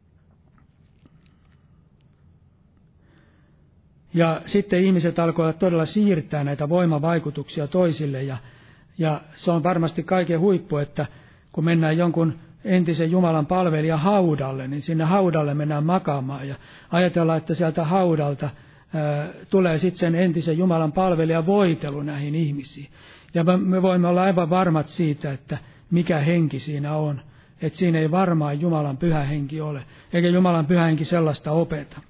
Ja sitten ihmiset alkoivat todella siirtää näitä voimavaikutuksia toisille. Ja, ja se on varmasti kaiken huippu, että kun mennään jonkun entisen Jumalan palvelijan haudalle, niin sinne haudalle mennään makaamaan. Ja ajatellaan, että sieltä haudalta ää, tulee sitten sen entisen Jumalan palvelijan voitelu näihin ihmisiin. Ja me voimme olla aivan varmat siitä, että mikä henki siinä on. Että siinä ei varmaan Jumalan pyhä henki ole, eikä Jumalan pyhä henki sellaista opeta.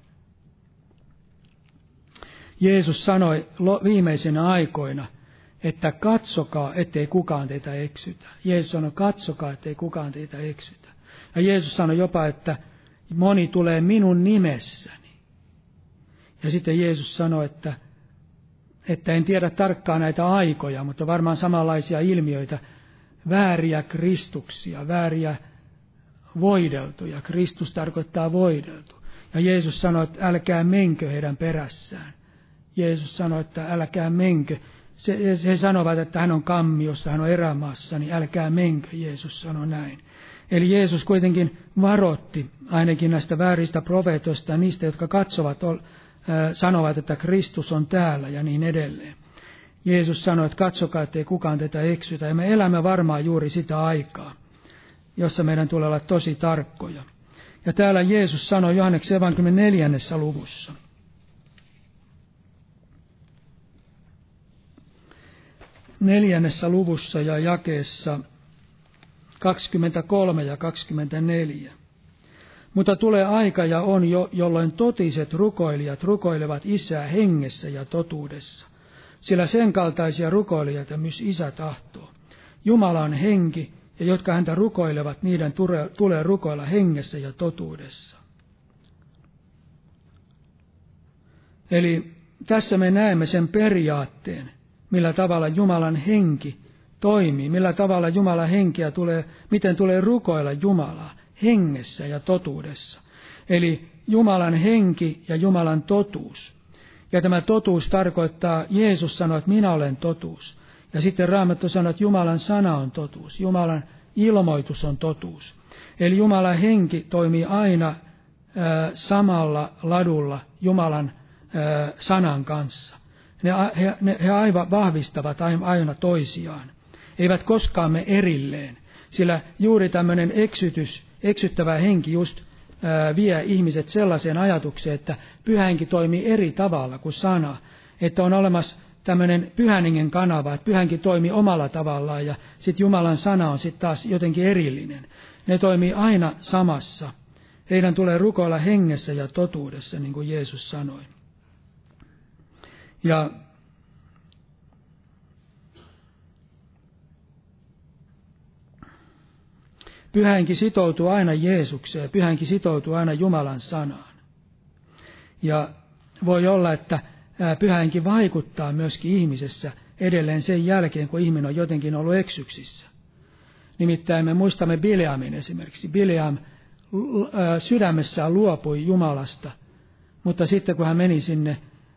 Jeesus sanoi viimeisinä aikoina, että katsokaa, ettei kukaan teitä eksytä. Jeesus sanoi, katsokaa, ettei kukaan teitä eksytä. Ja Jeesus sanoi jopa, että moni tulee minun nimessäni. Ja sitten Jeesus sanoi, että, että en tiedä tarkkaan näitä aikoja, mutta varmaan samanlaisia ilmiöitä, vääriä kristuksia, vääriä voideltuja. Kristus tarkoittaa voideltu. Ja Jeesus sanoi, että älkää menkö heidän perässään. Jeesus sanoi, että älkää menkö. Se, he sanovat, että hän on kammiossa, hän on erämaassa, niin älkää menkö, Jeesus sanoi näin. Eli Jeesus kuitenkin varoitti ainakin näistä vääristä profeetoista, niistä, jotka katsovat, äh, sanovat, että Kristus on täällä ja niin edelleen. Jeesus sanoi, että katsokaa, ettei kukaan teitä eksytä. Ja me elämme varmaan juuri sitä aikaa, jossa meidän tulee olla tosi tarkkoja. Ja täällä Jeesus sanoi Johanneksen evankeliumin neljännessä luvussa. Neljännessä luvussa ja jakeessa kaksikymmentäkolme ja kaksikymmentäneljä. Mutta tulee aika ja on jo, jolloin totiset rukoilijat rukoilevat Isää hengessä ja totuudessa. Sillä sen kaltaisia rukoilijoita myös Isä tahtoo. Jumala on henki, ja jotka häntä rukoilevat, niiden tulee rukoilla hengessä ja totuudessa. Eli tässä me näemme sen periaatteen, millä tavalla Jumalan henki toimii, millä tavalla Jumalan henkeä tulee, miten tulee rukoilla Jumalaa hengessä ja totuudessa. Eli Jumalan henki ja Jumalan totuus. Ja tämä totuus tarkoittaa, Jeesus sanoi, että minä olen totuus. Ja sitten Raamattu sanoi, että Jumalan sana on totuus. Jumalan ilmoitus on totuus. Eli Jumalan henki toimii aina äh, samalla ladulla Jumalan äh, sanan kanssa. Ne, he, ne, he aivan vahvistavat aina toisiaan. Eivät koskaan me erilleen. Sillä juuri tämmöinen eksytys, eksyttävä henki just ää, vie ihmiset sellaiseen ajatukseen, että pyhä henki toimii eri tavalla kuin sana. Että on olemassa tämmöinen pyhän hengen kanava, että pyhä henki toimii omalla tavallaan ja sitten Jumalan sana on sitten taas jotenkin erillinen. Ne toimii aina samassa. Teidän tulee rukoilla hengessä ja totuudessa, niin kuin Jeesus sanoi. Ja Pyhä Henki sitoutuu aina Jeesukseen, Pyhä Henki sitoutuu aina Jumalan sanaan. Ja voi olla, että Pyhä Henki vaikuttaa myöskin ihmisessä edelleen sen jälkeen, kun ihminen on jotenkin ollut eksyksissä. Nimittäin me muistamme Bileamin esimerkiksi. Bileam sydämessään luopui Jumalasta, mutta sitten kun hän meni sinne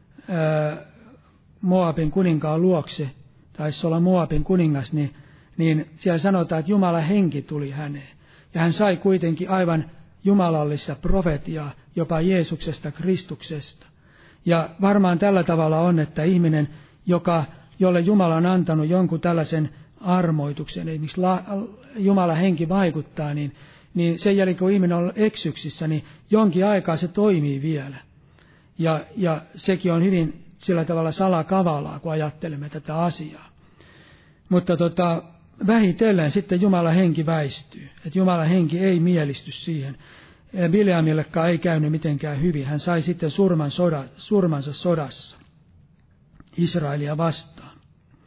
Moabin kuninkaan luokse, taisi olla Moabin kuningas, niin, niin siellä sanotaan, että Jumalan henki tuli häneen. Ja hän sai kuitenkin aivan jumalallista profetiaa jopa Jeesuksesta, Kristuksesta. Ja varmaan tällä tavalla on, että ihminen, joka, jolle Jumala on antanut jonkun tällaisen armoituksen, esimerkiksi la, Jumalan henki vaikuttaa, niin, niin sen jälkeen kun ihminen on eksyksissä, niin jonkin aikaa se toimii vielä. Ja, ja sekin on hyvin sillä tavalla salakavalaa, kun ajattelemme tätä asiaa. Mutta tota, vähitellen sitten Jumalan henki väistyy. Että Jumalan henki ei mielisty siihen. Bileamillekaan ei käynyt mitenkään hyvin. Hän sai sitten surman soda, surmansa sodassa Israelia vastaan.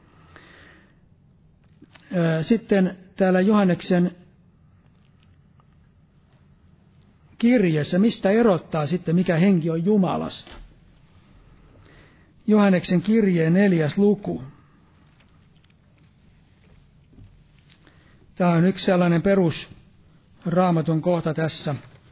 Sitten täällä Johanneksen kirjeessä, mistä erottaa sitten, mikä henki on Jumalasta. Johanneksen kirjeen neljäs luku. Tämä on yksi sellainen perus Raamatun kohta tässä.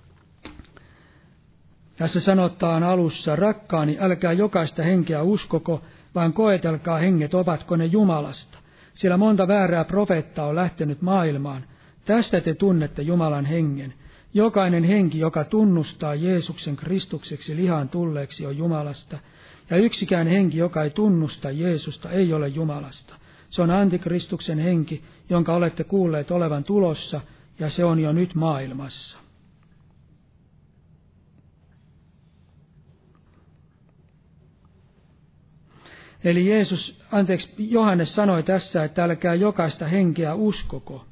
Tässä sanotaan alussa, rakkaani, älkää jokaista henkeä uskoko, vaan koetelkaa henget, ovatko ne Jumalasta. Sillä monta väärää profeettaa on lähtenyt maailmaan. Tästä te tunnette Jumalan hengen. Jokainen henki, joka tunnustaa Jeesuksen Kristukseksi lihaan tulleeksi, on Jumalasta. Ja yksikään henki, joka ei tunnusta Jeesusta, ei ole Jumalasta. Se on antikristuksen henki, jonka olette kuulleet olevan tulossa, ja se on jo nyt maailmassa. Eli Jeesus, anteeksi, Johannes sanoi tässä, että älkää jokaista henkeä uskoko.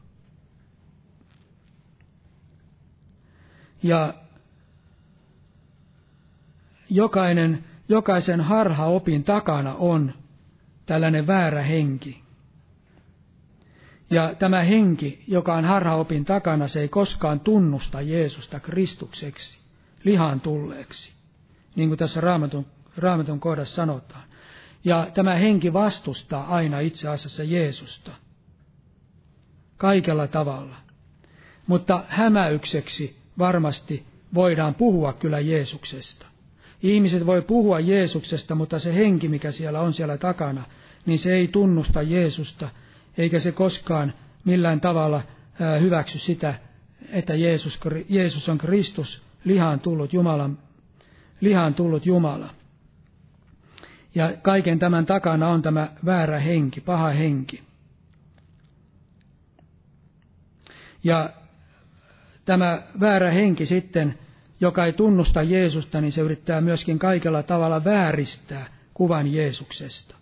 Ja jokainen, jokaisen harhaopin takana on tällainen väärä henki. Ja tämä henki, joka on harhaopin takana, se ei koskaan tunnusta Jeesusta Kristukseksi, lihaan tulleeksi, niin kuin tässä Raamatun, Raamatun kohdassa sanotaan. Ja tämä henki vastustaa aina itse asiassa Jeesusta kaikella tavalla. Mutta hämäykseksi varmasti voidaan puhua kyllä Jeesuksesta. Ihmiset voi puhua Jeesuksesta, mutta se henki, mikä siellä on siellä takana, niin se ei tunnusta Jeesusta, eikä se koskaan millään tavalla hyväksy sitä, että Jeesus, Jeesus on Kristus, lihaan tullut Jumalan, lihaan tullut Jumala. Ja kaiken tämän takana on tämä väärä henki, paha henki. Ja tämä väärä henki sitten, joka ei tunnusta Jeesusta, niin se yrittää myöskin kaikella tavalla vääristää kuvan Jeesuksesta.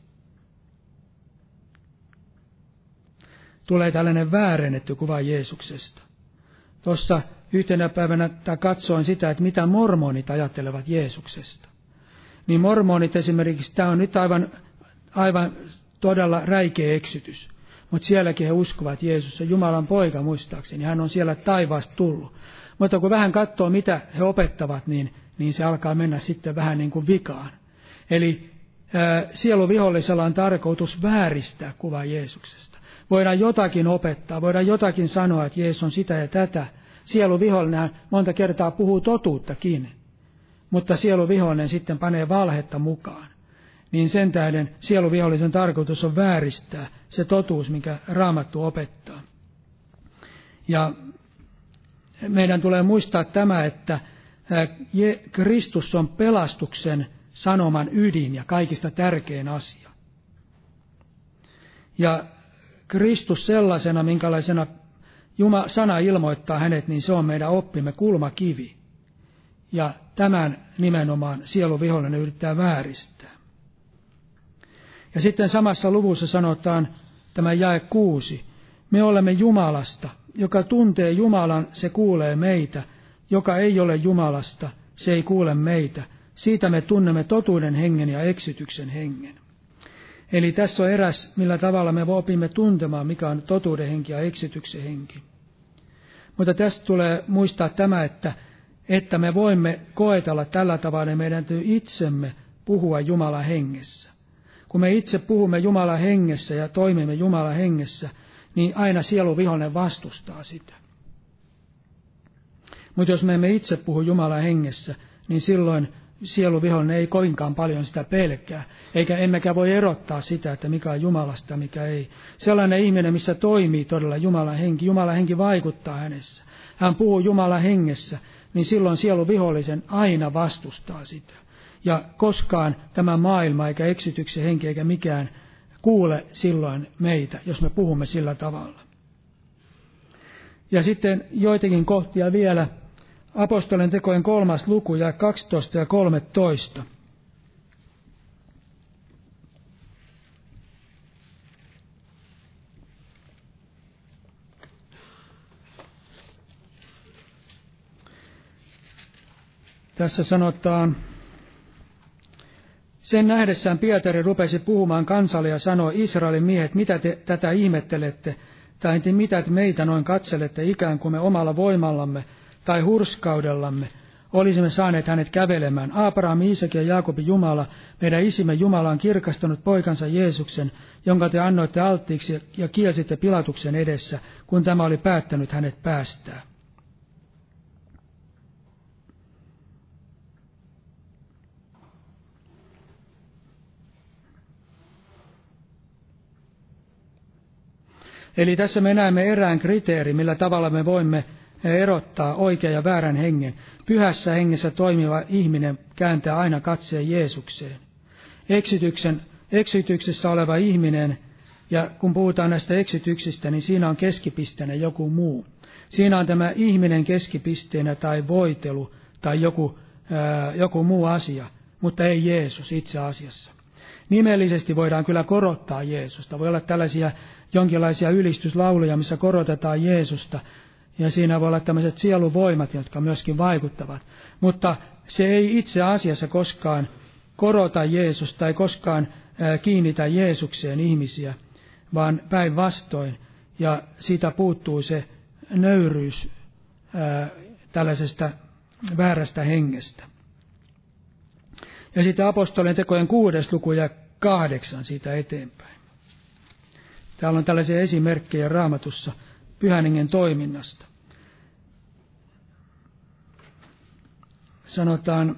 Tulee tällainen väärennetty kuva Jeesuksesta. Tuossa yhtenä päivänä katsoin sitä, että mitä mormonit ajattelevat Jeesuksesta. Niin mormonit esimerkiksi, tämä on nyt aivan, aivan todella räikeä eksytys. Mutta sielläkin he uskovat, että Jeesus on Jumalan poika muistaakseni. Hän on siellä taivaasta tullut. Mutta kun vähän katsoo, mitä he opettavat, niin, niin se alkaa mennä sitten vähän niin kuin vikaan. Eli ää, sieluvihollisella on tarkoitus vääristää kuva Jeesuksesta. Voidaan jotakin opettaa, voidaan jotakin sanoa, että Jeesus on sitä ja tätä. Sieluvihollinen monta kertaa puhuu totuuttakin, mutta sieluvihollinen sitten panee valhetta mukaan. Niin sen tähden sieluvihollisen tarkoitus on vääristää se totuus, mikä Raamattu opettaa. Ja meidän tulee muistaa tämä, että Kristus on pelastuksen sanoman ydin ja kaikista tärkein asia. Ja Kristus sellaisena, minkälaisena Jumala sana ilmoittaa hänet, niin se on meidän oppimme kulmakivi. Ja tämän nimenomaan sieluvihollinen yrittää vääristää. Ja sitten samassa luvussa sanotaan tämä jae kuusi. Me olemme Jumalasta. Joka tuntee Jumalan, se kuulee meitä. joka ei ole Jumalasta, se ei kuule meitä. Siitä me tunnemme totuuden hengen ja eksytyksen hengen. Eli tässä on eräs, millä tavalla me opimme tuntemaan, mikä on totuuden henki ja eksytyksen henki. Mutta tästä tulee muistaa tämä, että, että me voimme koetella tällä tavalla, että meidän täytyy itsemme puhua Jumalan hengessä. Kun me itse puhumme Jumalan hengessä ja toimimme Jumalan hengessä, niin aina sieluvihollinen vastustaa sitä. Mutta jos me emme itse puhu Jumalan hengessä, niin silloin sieluvihollinen ei kovinkaan paljon sitä pelkää, eikä emmekä voi erottaa sitä, että mikä on Jumalasta, mikä ei. Sellainen ihminen, missä toimii todella Jumalan henki, Jumalan henki vaikuttaa hänessä. Hän puhuu Jumalan hengessä, niin silloin sieluvihollisen aina vastustaa sitä. Ja koskaan tämä maailma, eikä eksytyksen henki, eikä mikään kuule silloin meitä, jos me puhumme sillä tavalla. Ja sitten joitakin kohtia vielä. Apostolien tekojen kolmas luku ja kaksitoista ja kolmetoista. Tässä sanotaan, sen nähdessään Pietari rupesi puhumaan kansalle ja sanoi, Israelin miehet, mitä te tätä ihmettelette, tai te mitä te meitä noin katselette, ikään kuin me omalla voimallamme tai hurskaudellamme olisimme saaneet hänet kävelemään. Abraham, Iisak ja Jaakobin Jumala, meidän isimme Jumala on kirkastanut poikansa Jeesuksen, jonka te annoitte alttiiksi ja kielsitte Pilatuksen edessä, kun tämä oli päättänyt hänet päästää. Eli tässä me näemme erään kriteeri, millä tavalla me voimme erottaa oikean ja väärän hengen. Pyhässä hengessä toimiva ihminen kääntää aina katseen Jeesukseen. Eksityksen, eksityksessä oleva ihminen, ja kun puhutaan näistä eksityksistä, niin siinä on keskipisteenä joku muu. Siinä on tämä ihminen keskipisteenä tai voitelu tai joku, ää, joku muu asia, mutta ei Jeesus itse asiassa. Nimellisesti voidaan kyllä korottaa Jeesusta. Voi olla tällaisia jonkinlaisia ylistyslauluja, missä korotetaan Jeesusta, ja siinä voi olla tämmöiset sieluvoimat, jotka myöskin vaikuttavat. Mutta se ei itse asiassa koskaan korota Jeesusta tai koskaan kiinnitä Jeesukseen ihmisiä, vaan päinvastoin. Ja siitä puuttuu se nöyryys ää, tällaisesta väärästä hengestä. Ja sitten apostolien tekojen kuudes luku ja kahdeksan siitä eteenpäin. Täällä on tällaisia esimerkkejä Raamatussa Pyhän Hengen toiminnasta. Sanotaan,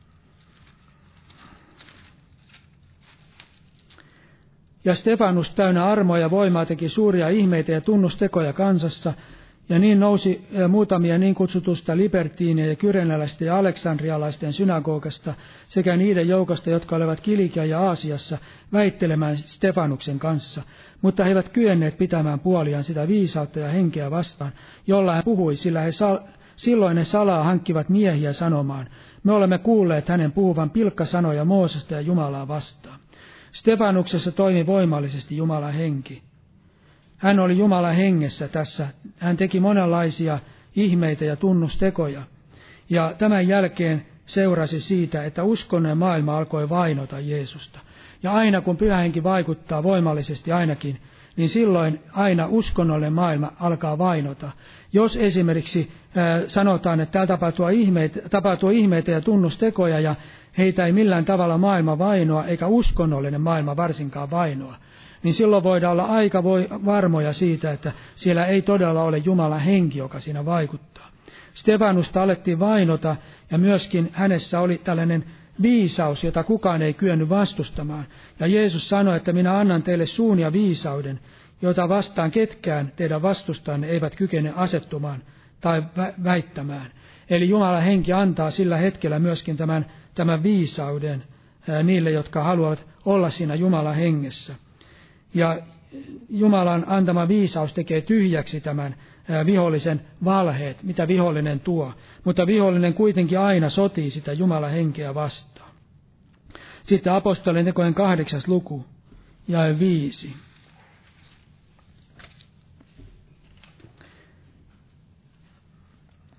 ja Stefanus täynnä armoa ja voimaa teki suuria ihmeitä ja tunnustekoja kansassa, ja niin nousi muutamia niin kutsutusta libertiinien ja kyrenäläisten ja aleksandrialaisten synagogasta sekä niiden joukosta, jotka olivat Kilikia ja Aasiassa, väittelemään Stefanuksen kanssa. Mutta he eivät kyenneet pitämään puoliaan sitä viisautta ja henkeä vastaan, jolla hän puhui, sillä he sal- silloin he salaa hankkivat miehiä sanomaan, me olemme kuulleet hänen puhuvan pilkkasanoja Moosesta ja Jumalaa vastaan. Stefanuksessa toimi voimallisesti Jumalan henki. Hän oli Jumalan hengessä tässä. Hän teki monenlaisia ihmeitä ja tunnustekoja. Ja tämän jälkeen seurasi siitä, että uskonnon maailma alkoi vainota Jeesusta. Ja aina kun Pyhä Henki vaikuttaa voimallisesti ainakin, niin silloin aina uskonnollinen maailma alkaa vainota. Jos esimerkiksi äh, sanotaan, että täällä tapahtuu ihmeitä, tapahtuu ihmeitä ja tunnustekoja ja heitä ei millään tavalla maailma vainoa, eikä uskonnollinen maailma varsinkaan vainoa, niin silloin voidaan olla aika voi, varmoja siitä, että siellä ei todella ole Jumalan henki, joka siinä vaikuttaa. Stefanusta alettiin vainota ja myöskin hänessä oli tällainen viisaus, jota kukaan ei kyennyt vastustamaan. Ja Jeesus sanoi, että minä annan teille suun ja viisauden, jota vastaan ketkään teidän vastustanne eivät kykene asettumaan tai väittämään. Eli Jumalan henki antaa sillä hetkellä myöskin tämän, tämän viisauden ää, niille, jotka haluavat olla siinä Jumalan hengessä. Ja Jumalan antama viisaus tekee tyhjäksi tämän ää, vihollisen valheet, mitä vihollinen tuo. Mutta vihollinen kuitenkin aina sotii sitä Jumalan henkeä vastaan. Sitten apostolien tekojen kahdeksas luku, jae viisi.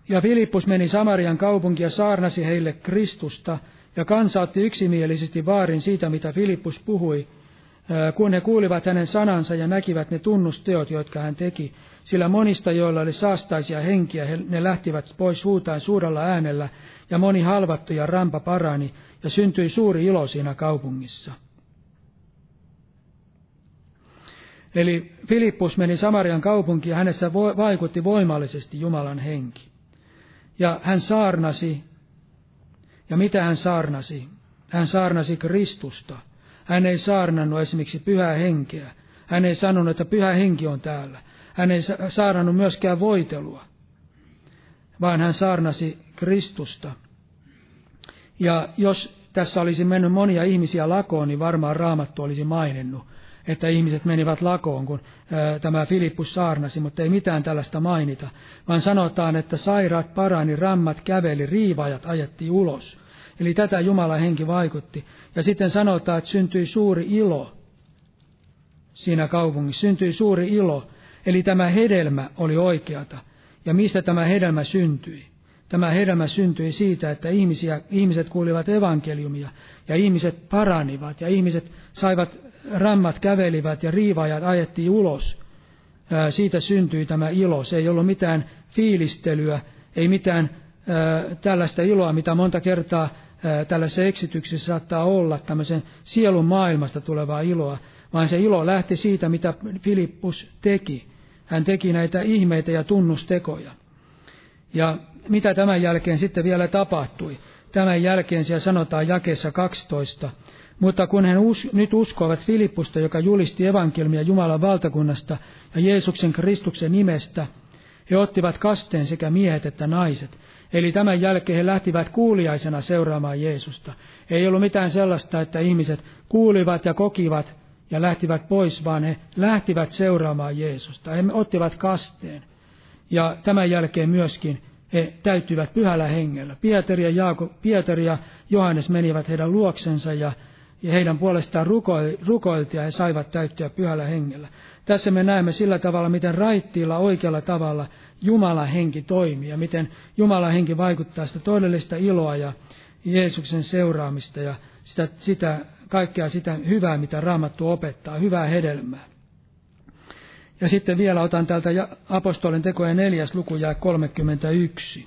Ja Filippus meni Samarian kaupunkiin ja saarnasi heille Kristusta, ja kansa otti yksimielisesti vaarin siitä, mitä Filippus puhui, kun he kuulivat hänen sanansa ja näkivät ne tunnusteot, jotka hän teki. Sillä monista, joilla oli saastaisia henkiä, ne lähtivät pois huutaen suurella äänellä, ja moni halvattu ja rampa parani, ja syntyi suuri ilo siinä kaupungissa. Eli Filippus meni Samarian kaupunkiin, ja hänessä vaikutti voimallisesti Jumalan henki. Ja hän saarnasi, ja mitä hän saarnasi? Hän saarnasi Kristusta. Hän ei saarnannut esimerkiksi pyhää henkeä. Hän ei sanonut, että pyhä henki on täällä. Hän ei saarnannut myöskään voitelua, vaan hän saarnasi Kristusta. Ja jos tässä olisi mennyt monia ihmisiä lakoon, niin varmaan Raamattu olisi maininnut, että ihmiset menivät lakoon, kun ää, tämä Filippus saarnasi, mutta ei mitään tällaista mainita, vaan sanotaan, että sairaat parani, rammat käveli, riivaajat ajettiin ulos. Eli tätä Jumalan henki vaikutti. Ja sitten sanotaan, että syntyi suuri ilo siinä kaupungissa, syntyi suuri ilo. Eli tämä hedelmä oli oikeata. Ja mistä tämä hedelmä syntyi? Tämä hedelmä syntyi siitä, että ihmisiä, ihmiset kuulivat evankeliumia ja ihmiset paranivat ja ihmiset saivat, rammat kävelivät ja riivaajat ajettiin ulos. Ää, siitä syntyi tämä ilo. Se ei ollut mitään fiilistelyä, ei mitään ää, tällaista iloa, mitä monta kertaa ää, tällaisessa eksityksessä saattaa olla, tämmöisen sielun maailmasta tulevaa iloa, vaan se ilo lähti siitä, mitä Filippus teki. Hän teki näitä ihmeitä ja tunnustekoja. Ja mitä tämän jälkeen sitten vielä tapahtui? Tämän jälkeen siellä sanotaan jakeessa kaksitoista. Mutta kun he us, nyt uskoivat Filippusta, joka julisti evankeliumia Jumalan valtakunnasta ja Jeesuksen Kristuksen nimestä, he ottivat kasteen sekä miehet että naiset. Eli tämän jälkeen he lähtivät kuuliaisena seuraamaan Jeesusta. Ei ollut mitään sellaista, että ihmiset kuulivat ja kokivat ja lähtivät pois, vaan he lähtivät seuraamaan Jeesusta. He ottivat kasteen. Ja tämän jälkeen myöskin he täyttyivät pyhällä hengellä. Pietari ja, Jaakob, Pietari ja Johannes menivät heidän luoksensa ja, ja heidän puolestaan rukoiltiin ja he saivat täyttyä pyhällä hengellä. Tässä me näemme sillä tavalla, miten raittiilla oikealla tavalla Jumalan henki toimii ja miten Jumalan henki vaikuttaa sitä todellista iloa ja Jeesuksen seuraamista ja sitä, sitä, kaikkea sitä hyvää, mitä Raamattu opettaa, hyvää hedelmää. Ja sitten vielä otan täältä apostolien tekojen neljäs luku jae kolmekymmentäyksi.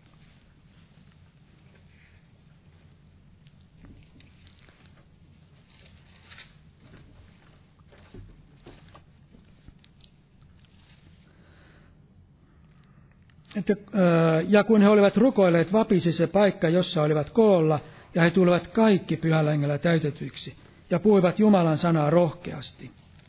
Että, ja kun he olivat rukoilleet, vapisi se paikka, jossa olivat koolla, ja he tulivat kaikki pyhällä hengellä täytetyiksi, ja puhuivat Jumalan sanaa rohkeasti.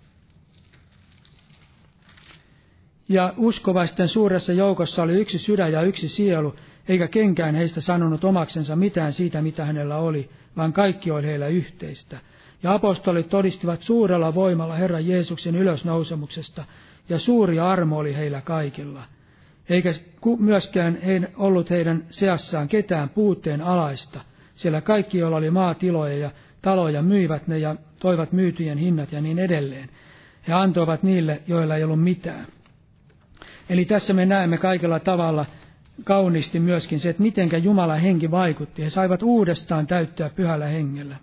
Ja uskovaisten suuressa joukossa oli yksi sydän ja yksi sielu, eikä kenkään heistä sanonut omaksensa mitään siitä, mitä hänellä oli, vaan kaikki oli heillä yhteistä. Ja apostolit todistivat suurella voimalla Herran Jeesuksen ylösnousemuksesta, ja suuri armo oli heillä kaikilla. Eikä myöskään ollut heidän seassaan ketään puutteen alaista, siellä kaikki, joilla oli maatiloja ja taloja, myivät ne ja toivat myytyjen hinnat ja niin edelleen. He antoivat niille, joilla ei ollut mitään. Eli tässä me näemme kaikella tavalla kauniisti myöskin se, että mitenkä Jumalan henki vaikutti. He saivat uudestaan täyttyä pyhällä hengellä.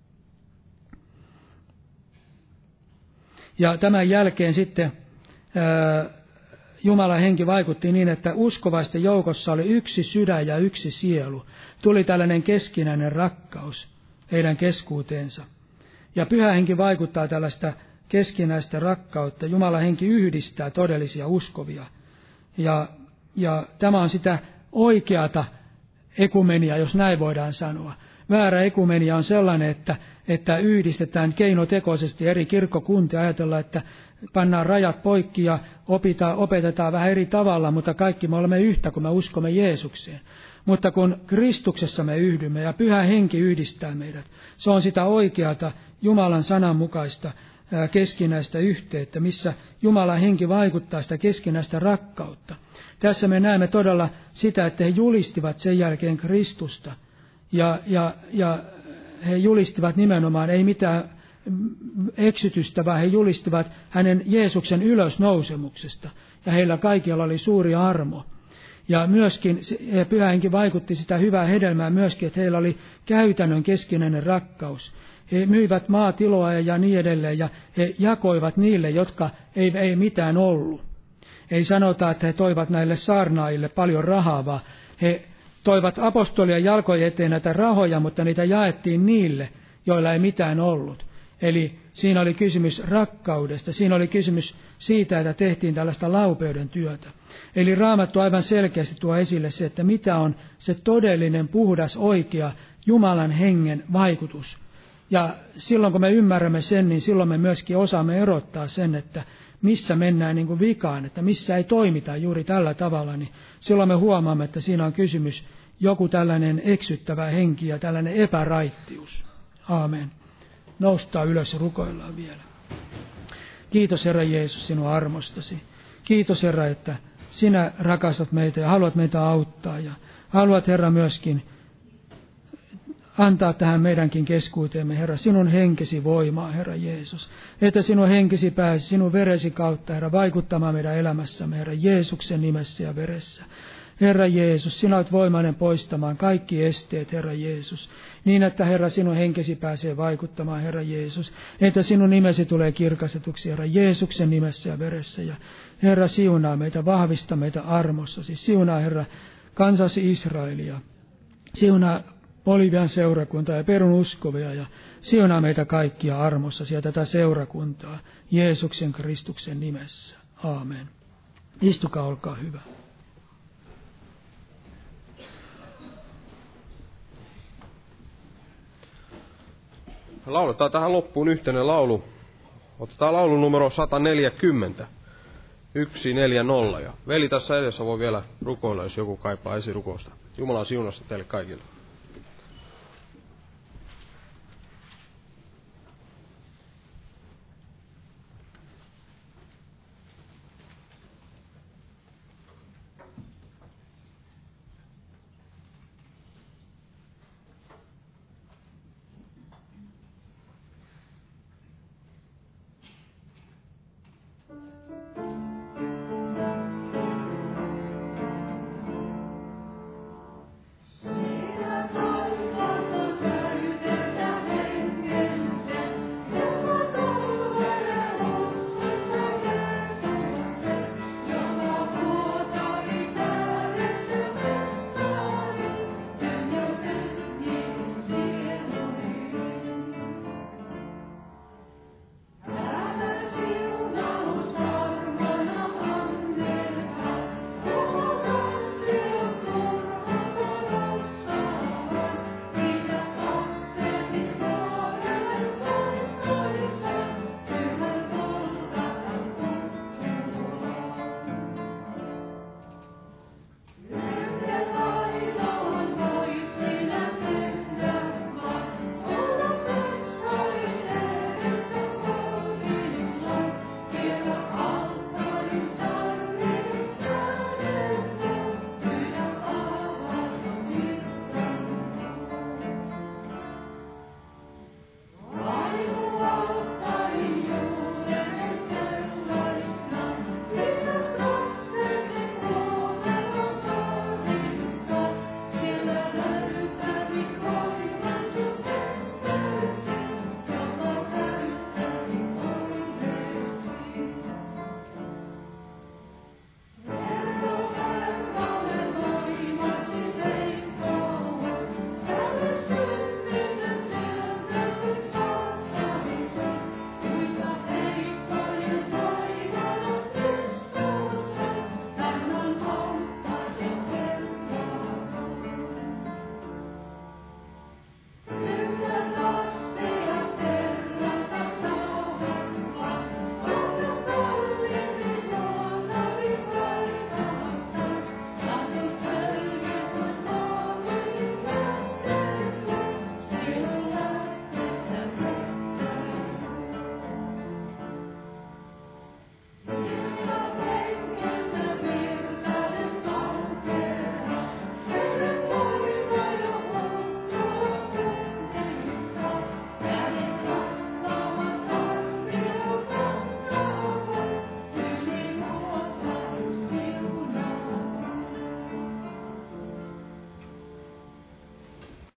Ja tämän jälkeen sitten ää, Jumalan henki vaikutti niin, että uskovaisten joukossa oli yksi sydän ja yksi sielu. Tuli tällainen keskinäinen rakkaus heidän keskuuteensa. Ja pyhä henki vaikuttaa tällaista keskinäistä rakkautta. Jumalan henki yhdistää todellisia uskovia. Ja, ja tämä on sitä oikeata ekumenia, jos näin voidaan sanoa. Väärä ekumenia on sellainen, että, että yhdistetään keinotekoisesti eri kirkkokuntia. Ajatellaan, että pannaan rajat poikki ja opitaan, opetetaan vähän eri tavalla, mutta kaikki me olemme yhtä, kun me uskomme Jeesukseen. Mutta kun Kristuksessa me yhdymme ja pyhä henki yhdistää meidät, se on sitä oikeata Jumalan sananmukaista keskinäistä yhteyttä, missä Jumalan henki vaikuttaa sitä keskinäistä rakkautta. Tässä me näemme todella sitä, että he julistivat sen jälkeen Kristusta. Ja, ja, ja he julistivat nimenomaan, ei mitään eksytystä, vaan he julistivat hänen Jeesuksen ylösnousemuksesta. Ja heillä kaikilla oli suuri armo. Ja myöskin Pyhä Henki vaikutti sitä hyvää hedelmää myöskin, että heillä oli käytännön keskinäinen rakkaus. He myivät maatiloa ja niin edelleen, ja he jakoivat niille, jotka ei, ei mitään ollut. Ei sanota, että he toivat näille saarnaajille paljon rahaa, vaan he toivat apostolien jalkojen eteen näitä rahoja, mutta niitä jaettiin niille, joilla ei mitään ollut. Eli siinä oli kysymys rakkaudesta, siinä oli kysymys siitä, että tehtiin tällaista laupeuden työtä. Eli Raamattu aivan selkeästi tuo esille se, että mitä on se todellinen, puhdas, oikea Jumalan hengen vaikutus. Ja silloin kun me ymmärrämme sen, niin silloin me myöskin osaamme erottaa sen, että missä mennään niin kuin vikaan, että missä ei toimita juuri tällä tavalla, niin silloin me huomaamme, että siinä on kysymys joku tällainen eksyttävä henki ja tällainen epäraittius. Aamen. Noustaan ylös ja rukoillaan vielä. Kiitos Herra Jeesus sinun armostasi. Kiitos Herra, että sinä rakastat meitä ja haluat meitä auttaa ja haluat Herra myöskin antaa tähän meidänkin keskuuteemme, Herra, sinun henkesi voimaa, Herra Jeesus. Että sinun henkesi pääsi sinun veresi kautta, Herra, vaikuttamaan meidän elämässämme, Herra, Jeesuksen nimessä ja veressä. Herra Jeesus, sinä olet voimainen poistamaan kaikki esteet, Herra Jeesus, niin että, Herra, sinun henkesi pääsee vaikuttamaan, Herra Jeesus, että sinun nimesi tulee kirkastetuksi, Herra, Jeesuksen nimessä ja veressä. Ja Herra, siunaa meitä, vahvista meitä armossasi, siunaa, Herra, kansasi Israelia, siunaa Bolivian seurakuntaa ja perun uskovia ja siunaa meitä kaikkia armossasi ja tätä seurakuntaa Jeesuksen Kristuksen nimessä. Aamen. Istukaa, olkaa hyvä. Lauletaan tähän loppuun yhteinen laulu. Otetaan laulu numero sata neljäkymmentä. yksi neljä nolla. Ja veli tässä edessä voi vielä rukoilla, jos joku kaipaa esirukousta. Jumalan siunasta teille kaikille.